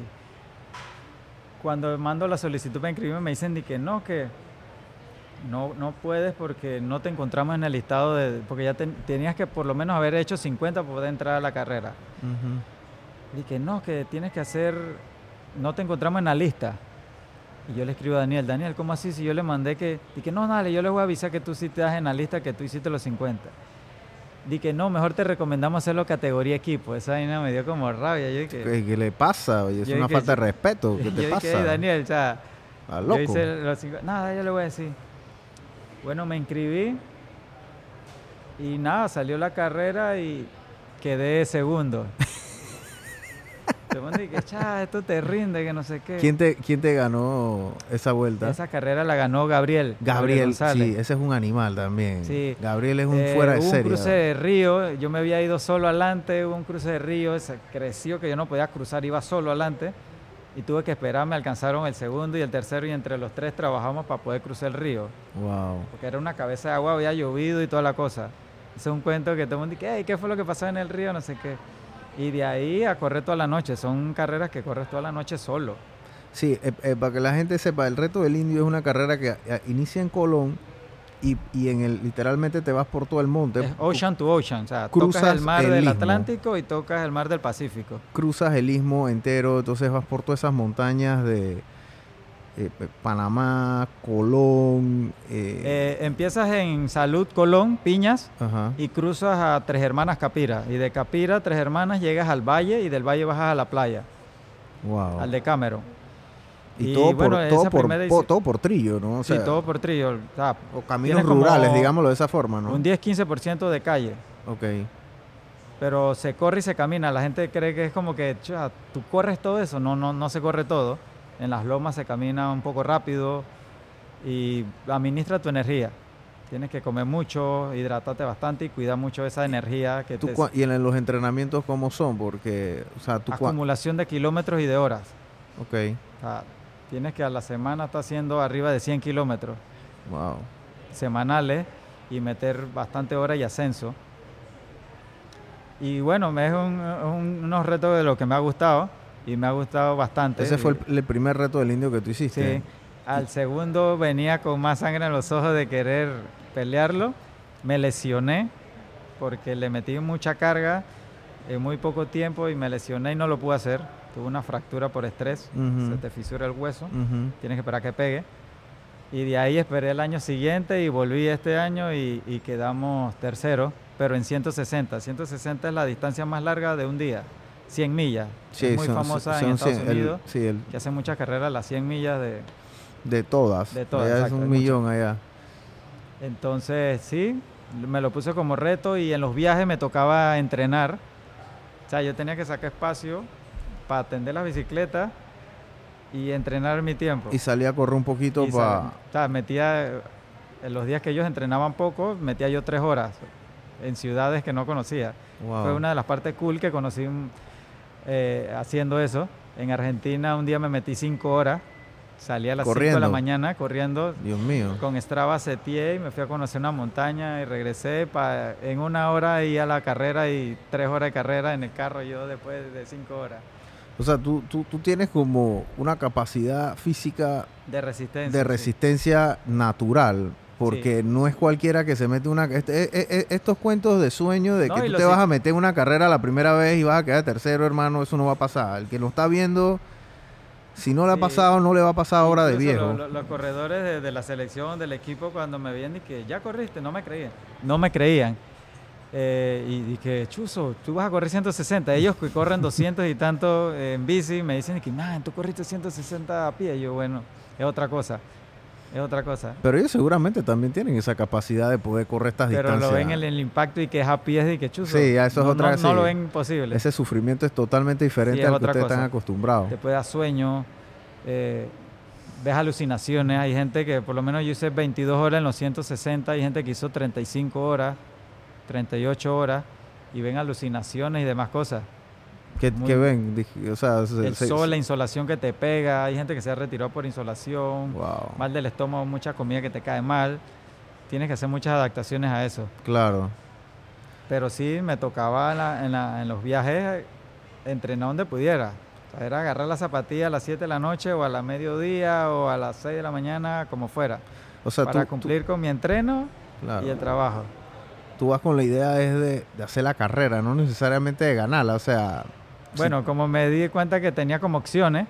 cuando mando la solicitud para inscribirme me dicen de que no, que no, no puedes porque no te encontramos en el listado de, porque ya ten- tenías que por lo menos haber hecho cincuenta para poder entrar a la carrera. Ujú. Y que no, que tienes que hacer, no te encontramos en la lista. Y yo le escribo a Daniel, Daniel, ¿cómo así? Si yo le mandé que, y que no, dale, yo le voy a avisar que tú sí te das en la lista, que tú hiciste los cincuenta. Di que no, mejor te recomendamos hacerlo categoría equipo. Esa vaina me dio como rabia. Yo dije, ¿Qué, qué le pasa? Oye, es Yo una dije, falta de respeto. ¿Qué yo te dije, pasa? "Ey, Daniel, o sea, ¿Estás yo loco? hice los cincuenta. Nada, yo le voy a decir. Bueno, me inscribí y nada, salió la carrera y quedé segundo. Te ponen que, cha, esto te rinde, que no sé qué. ¿Quién te, ¿Quién te ganó esa vuelta? Esa carrera la ganó Gabriel. Gabriel, González. sí, ese es un animal también. Sí. Gabriel es un Eh, fuera de hubo serie. un cruce de río, yo me había ido solo adelante, hubo un cruce de río, se creció que yo no podía cruzar, iba solo adelante y tuve que esperar, me alcanzaron el segundo y el tercero y entre los tres trabajamos para poder cruzar el río, Wow. porque era una cabeza de agua, había llovido y toda la cosa. Ese es un cuento que todo el mundo dice, "Ey, ¿qué fue lo que pasó en el río? No sé qué. Y de ahí a correr toda la noche, son carreras que corres toda la noche solo. Sí, eh, eh, para que la gente sepa, el reto del Indio es una carrera que eh, inicia en Colón Y, y en el literalmente te vas por todo el monte. Es ocean to ocean, o sea, cruzas tocas el mar el del istmo. Atlántico y tocas el mar del Pacífico. Cruzas el istmo entero, entonces vas por todas esas montañas de eh, Panamá, Colón. Eh, Eh, empiezas en Salud, Colón, Piñas, ajá. y cruzas a Tres Hermanas, Capira. Y de Capira, Tres Hermanas, llegas al valle y del valle bajas a la playa, Wow. al Decameron. Y, y todo, bueno, por, todo, esa por, primera po- hice- todo por trillo, ¿no? O Sí, sea, todo por trillo. O sea, o caminos tienes como rurales, digámoslo de esa forma, ¿no? un diez a quince por ciento de calle. Ok. Pero se corre y se camina. La gente cree que es como que cha, tú corres todo eso. No, no, no se corre todo. En las lomas se camina un poco rápido y administra tu energía. Tienes que comer mucho, hidratarte bastante y cuidar mucho esa energía que ¿Tú te... cua- ¿Y en el- los entrenamientos cómo son? Porque, o sea, tú... cua- Acumulación de kilómetros y de horas. Ok, O sea, tienes que a la semana estar haciendo arriba de cien kilómetros wow. semanales y meter bastante horas y ascenso. Y bueno, me es un- un- unos retos de lo que me ha gustado y me ha gustado bastante. Ese fue Y- el, el primer reto del indio que tú hiciste. Sí. Al segundo venía con más sangre en los ojos de querer pelearlo. Me lesioné porque le metí mucha carga en muy poco tiempo y me lesioné y no lo pude hacer. Tuve una fractura por estrés, Ujú. se te fisura el hueso, Ujú. tienes que esperar que pegue. Y de ahí esperé el año siguiente y volví este año y, y quedamos tercero, pero en ciento sesenta. ciento sesenta es la distancia más larga de un día, cien millas. Sí, es muy son- famosa son en Estados cien- el- Unidos, sí, el- que hacen muchas carreras las cien millas de... de todas. De todas, Allá exacto, es hay un millón allá. Entonces, sí, me lo puse como reto y en los viajes me tocaba entrenar. O sea, yo tenía que sacar espacio para atender las bicicletas y entrenar mi tiempo. Y salí a correr un poquito Y para... sal- o sea, metía, en los días que ellos entrenaban poco, metía yo tres horas en ciudades que no conocía. Fue una de las partes cool que conocí eh, haciendo eso. En Argentina un día me metí cinco horas, salí a las cinco de Corriendo. la mañana corriendo. Dios mío. Con Strava seteé y me fui a conocer una montaña y regresé pa, en una hora y a la carrera y tres horas de carrera en el carro yo después de cinco horas O sea, tú, tú, tú tienes como una capacidad física de resistencia. de sí. resistencia natural, porque no es cualquiera que se mete una... este- e- e- estos cuentos de sueño de No, que y tú lo te sí- vas a meter en una carrera la primera vez y vas a quedar tercero, hermano, eso no va a pasar. El que lo está viendo, si no le ha Sí. pasado, no le va a pasar ahora de Incluso viejo. lo- lo- los corredores de, de la selección, del equipo, cuando me veían y que ya corriste, no me creían. No me creían. Eh, y dije, Chuzo, tú vas a correr ciento sesenta. Ellos que corren doscientos y tanto en bici me dicen que, man, tú corriste ciento sesenta a pie. Y yo, bueno, es otra cosa. Es otra cosa. Pero ellos seguramente también tienen esa capacidad de poder correr estas Pero distancias. lo ven en el impacto y que es a pies y que chuzo. Sí, ya eso es no, otra- no, sí. no lo ven posible. Ese sufrimiento es totalmente diferente Sí, es al que otra ustedes cosa. están acostumbrados. Te puede dar sueño, eh, ves alucinaciones. Hay gente que, por lo menos yo hice veintidós horas en los ciento sesenta, hay gente que hizo treinta y cinco horas, treinta y ocho horas y ven alucinaciones y demás cosas. ¿Qué, muy- qué ven? Dije, O sea, se- El se- sol, la insolación que te pega, hay gente que se ha retirado por insolación, Wow, mal del estómago, mucha comida que te cae mal. Tienes que hacer muchas adaptaciones a eso. claro. Pero sí me tocaba en, la- en la- en los viajes eh, entrenar donde pudiera. O sea, era agarrar la zapatilla a las siete de la noche o a la mediodía o a las seis de la mañana, como fuera, O sea, para tú, tú- cumplir con mi entreno claro. y el trabajo. tú vas con la idea es de, de hacer la carrera, no necesariamente de ganarla. O sea, Bueno, como me di cuenta que tenía como opciones,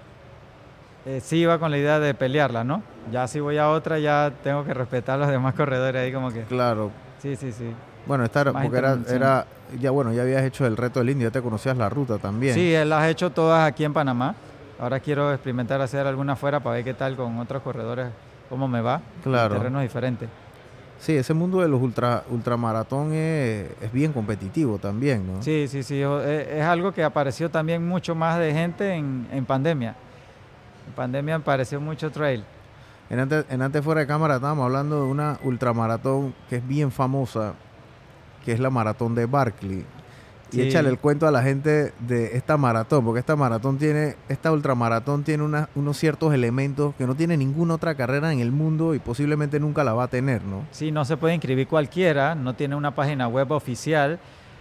eh, sí iba con la idea de pelearla, ¿no? Ya si voy a otra, ya tengo que respetar a los demás corredores ahí como que... claro. Sí, sí, sí. Bueno, esta era, Más porque era, intervención. era, ya bueno, ya habías hecho el reto del indio, ya te conocías la ruta también. Sí, eh, las he hecho todas aquí en Panamá. Ahora quiero experimentar hacer alguna afuera para ver qué tal con otros corredores, cómo me va. Claro. En terrenos diferentes. Sí, ese mundo de los ultra ultramaratón es, es bien competitivo también, ¿no? Sí, sí, sí. o- Es, es algo que apareció también mucho más de gente en, en pandemia. En pandemia apareció mucho trail. En antes, en antes fuera de cámara estábamos hablando de una ultramaratón que es bien famosa, que es la maratón de Barkley. Y Sí. échale el cuento a la gente de esta maratón, porque esta maratón tiene, esta ultramaratón tiene una- unos ciertos elementos que no tiene ninguna otra carrera en el mundo y posiblemente nunca la va a tener, ¿no? Sí, no se puede inscribir cualquiera, no tiene una página web oficial.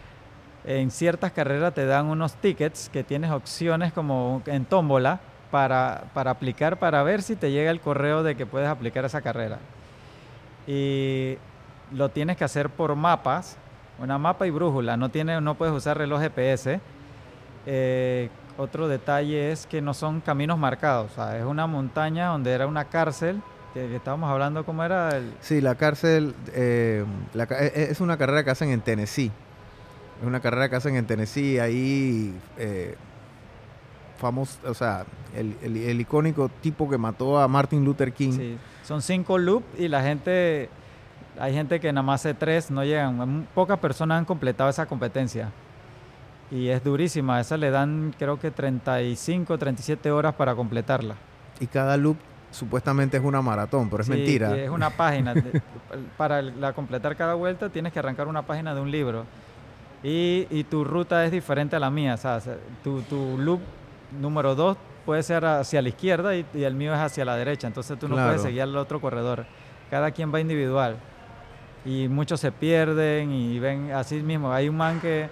En ciertas carreras te dan unos tickets que tienes opciones como en tómbola para, para aplicar, para ver si te llega el correo de que puedes aplicar esa carrera. y lo tienes que hacer por mapas, una mapa y brújula, no, tiene, no puedes usar reloj G P S. Eh, otro detalle es que no son caminos marcados, o sea, es una montaña donde era una cárcel, que, que estábamos hablando, ¿cómo era? El... Sí, la cárcel eh, la, es una carrera que hacen en Tennessee. Es una carrera que hacen en Tennessee, ahí eh, famoso, o sea, el, el, el icónico tipo que mató a Martin Luther King. Sí, son cinco loops y la gente, hay gente que nada más hace tres, no llegan, pocas personas han completado esa competencia. Y es durísima, esa le dan creo que treinta y cinco, treinta y siete horas para completarla. Y cada loop supuestamente es una maratón, pero es sí, mentira. Es una página. de, para la completar cada vuelta tienes que arrancar una página de un libro. Y, y tu ruta es diferente a la mía. O sea, tu, tu loop número dos puede ser hacia la izquierda y, y el mío es hacia la derecha. Entonces tú no Claro. puedes seguir al otro corredor. Cada quien va individual. Y muchos se pierden y ven así mismo. Hay un man que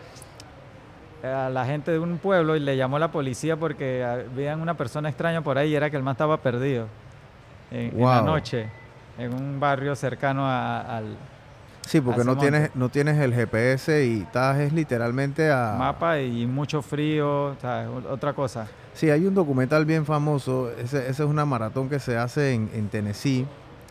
a la gente de un pueblo y le llamó a la policía porque veían una persona extraña por ahí y era que el man estaba perdido en, Wow. en la noche en un barrio cercano a, al Sí, porque a no ese tienes, monte. no tienes el G P S y estás es literalmente a... mapa y mucho frío, ¿sabes? Otra cosa. Sí, hay un documental bien famoso, ese, ese es una maratón que se hace en, en Tennessee.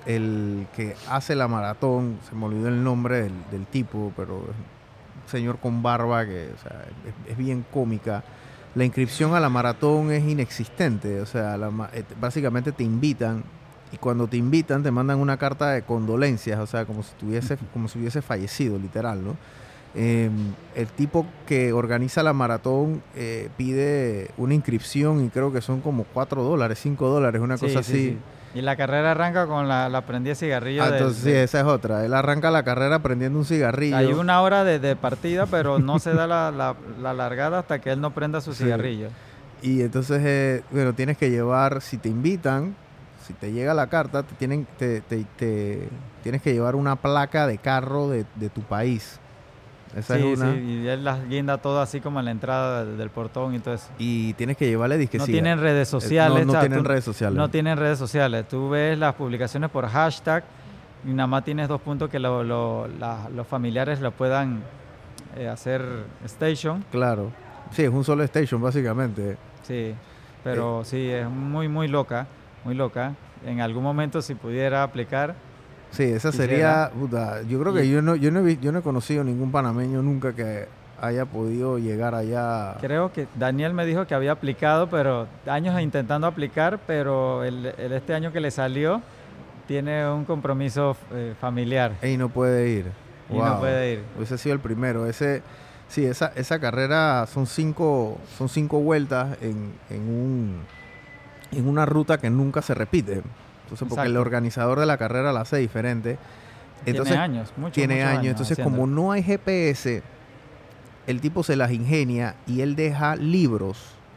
El que hace la maratón, se me olvidó el nombre del, del tipo, pero es un señor con barba que, o sea, es, es bien cómica. La inscripción a la maratón es inexistente, o sea, la, básicamente te invitan y cuando te invitan te mandan una carta de condolencias, o sea, como si tuviese, como si hubiese fallecido, literal, ¿no? Eh, el tipo que organiza la maratón eh, pide una inscripción y creo que son como cuatro dólares, cinco dólares, una Sí, cosa sí, así. sí. Y la carrera arranca con la, la prendida de cigarrillo. Ah, del- entonces sí, del- esa es otra. Él arranca la carrera prendiendo un cigarrillo. Hay una hora de, de partida, pero no se da la, la, la largada hasta que él no prenda su Sí. cigarrillo. Y entonces, eh, bueno, tienes que llevar, si te invitan, si te llega la carta, te tienen, te, te, te- tienes que llevar una placa de carro de, de tu país. Esa Sí, es una. sí, y él las guinda todo así como en la entrada del portón y todo eso. Y tienes que llevarle disque No sí, tienen redes eh, sociales. No, no o sea, tienen tú- redes sociales. No tienen redes sociales. Tú ves las publicaciones por hashtag y nada más tienes dos puntos que lo- lo- la- los familiares lo puedan eh, hacer station. Claro. Sí, es un solo station, básicamente. Sí, pero sí, es muy, muy loca, muy loca. En algún momento si pudiera aplicar, Sí, esa Quisiera. sería, puta, yo creo que Y- yo no, yo no he vi- yo no he conocido ningún panameño nunca que haya podido llegar allá. creo que Daniel me dijo que había aplicado, pero años intentando aplicar, pero el, el este año que le salió tiene un compromiso eh, familiar Y no puede ir. y no Wow. puede ir. Hubiese sido el primero. Ese, sí, esa, esa carrera son cinco, son cinco vueltas en, en un en una ruta que nunca se repite. Entonces, porque el Exacto. organizador de la carrera la hace diferente. Entonces, tiene años, muchos, tiene muchos años. Entonces, como haciéndolo. no hay G P S, el tipo se las ingenia y él deja libros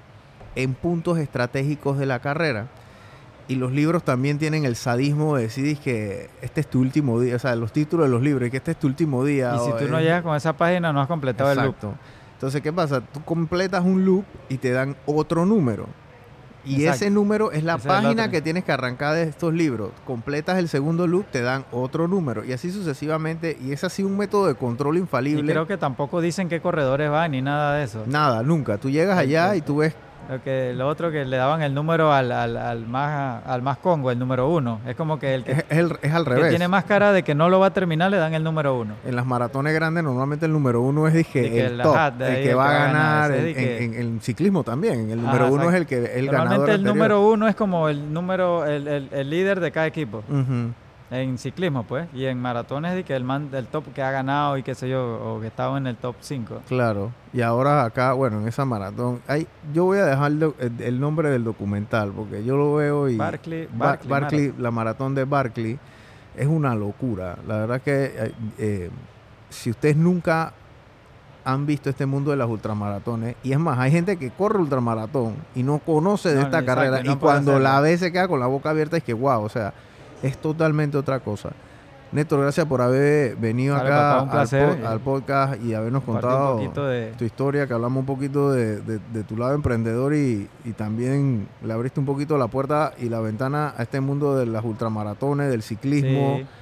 en puntos estratégicos de la carrera. Y los libros también tienen el sadismo de decir que este es tu último día, o sea, los títulos de los libros, y que este es tu último día. Y si o tú no es- llegas con esa página, no has completado el loop. Exacto. Entonces, ¿qué pasa? Tú completas un loop y te dan otro número. Y Exacto. ese número es la Ese es el página otro. que tienes que arrancar de estos libros. Completas el segundo loop, te dan otro número. Y así sucesivamente. Y es así un método de control Y infalible. creo que tampoco dicen qué corredores van ni nada de eso. Nada, nunca. Tú llegas allá y tú ves... Lo, que, lo otro que le daban el número al, al, al más al más Congo, el número uno. Es como que el que, Es, es el- es al que revés. tiene más cara de que no lo va a terminar, le dan el número uno. En las maratones grandes normalmente el número uno es dizque, Dizque el la top, hat de el ahí, que va a ganar. ese En, dizque- en- en el ciclismo también. El Ajá, número uno es exacto. el que el ganador Normalmente el anterior. número uno es como el número, el, el, el líder de cada equipo. Ujú. En ciclismo, pues. Y en maratones, de que el man del top que ha ganado y qué sé yo, o que estaba en el top cinco. Claro, y ahora acá, bueno, en esa maratón, hay, yo voy a dejar el, do- el- el nombre del documental, porque yo lo veo y... Barkley, Ba- Barkley, Barkley, Marathon. la maratón de Barkley, es una locura. La verdad que eh, eh, si ustedes nunca han visto este mundo de las ultramaratones, y es más, hay gente que corre ultramaratón y no conoce de No, esta exacto, carrera, y no y puede cuando la hacerlo. ve se queda con la boca abierta, es que wow, o sea, es totalmente otra cosa. Néstor, gracias por haber venido Vale, acá papá, un al, placer. po- al podcast y habernos Compartir contado un poquito de... tu historia, que hablamos un poquito de, de- de tu lado emprendedor y, y también le abriste un poquito la puerta y la ventana a este mundo de las ultramaratones, del ciclismo, Sí.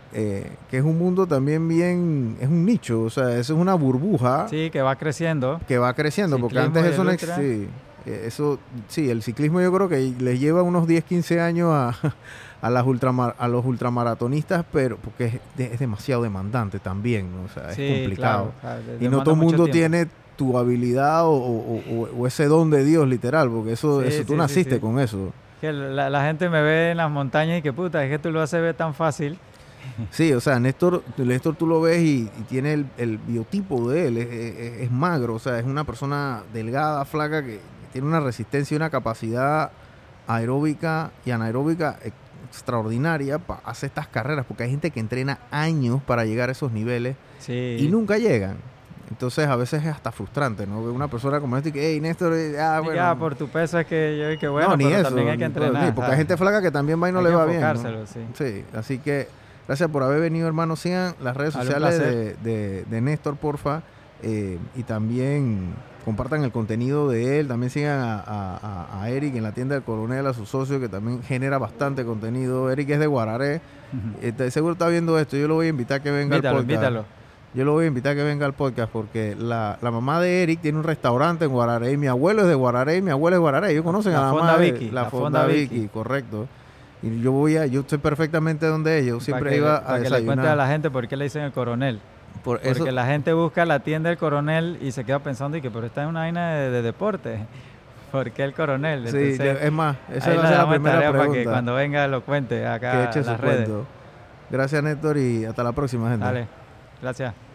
eh, que es un mundo también bien, es un nicho, o sea, eso es una burbuja. Sí, que va creciendo. Que va creciendo, Ciclismo porque antes eso no ultra. existía. Eso, sí, el ciclismo yo creo que les lleva unos diez, quince años a, a, las ultramar, a los ultramaratonistas, pero porque es, de, es demasiado demandante también, ¿no? O sea, Sí, es complicado. claro, claro, y no todo el mundo tiempo. tiene tu habilidad o, o, o, o ese don de Dios, literal, porque eso, Sí, eso tú sí, naciste sí, sí. con eso. Que la, la gente me ve en las montañas y que puta, es que tú lo haces ver tan fácil. Sí, o sea, Néstor, Néstor tú lo ves y, y tiene el, el biotipo de él, es, es, es magro, o sea, es una persona delgada, flaca, que tiene una resistencia y una capacidad aeróbica y anaeróbica extraordinaria para hacer estas carreras, porque hay gente que entrena años para llegar a esos niveles Sí. y nunca llegan. Entonces a veces es hasta frustrante, ¿no? Una persona como este que, hey, Néstor, ah, bueno. Ya, por tu peso es que yo y que bueno, no, ni pero eso, también hay que ni por- entrenar. ni, porque ajá. hay gente flaca que también va y no Hay le que va bien, ¿no? enfocárselo, sí. Sí, así que gracias por haber venido, hermano. Sigan las redes Vale, un sociales de, placer. de, de Néstor, porfa, eh, y también compartan el contenido de él. También sigan a, a, a Eric en la tienda del Coronel, a su socio, que también genera bastante contenido. Eric es de Guararé. Eh, te- seguro está viendo esto. Yo lo voy a invitar a que venga Invítalo, al podcast. invítalo. Yo lo voy a invitar a que venga al podcast porque la, la mamá de Eric tiene un restaurante en Guararé. Y mi abuelo es de Guararé y mi abuela es de Guararé. Ellos conocen La a la Fonda mamá de- Vicky, la, la Fonda, Fonda Vicky, Vicky. correcto. Y yo voy a, yo estoy perfectamente donde ellos. Siempre para que, iba le- a para que le desayunar. cuente a la gente por qué le dicen el coronel. Por Porque eso, la gente busca la tienda del coronel y se queda pensando y que pero esta es una vaina de, de deporte. ¿Por qué el coronel? sí, Entonces, es más, esa ahí va a le ser la damos primera tarea para que pregunta cuando venga lo cuente que acá eche en su las redes. cuento. Gracias, Néstor, y hasta la próxima, gente. Dale, gracias.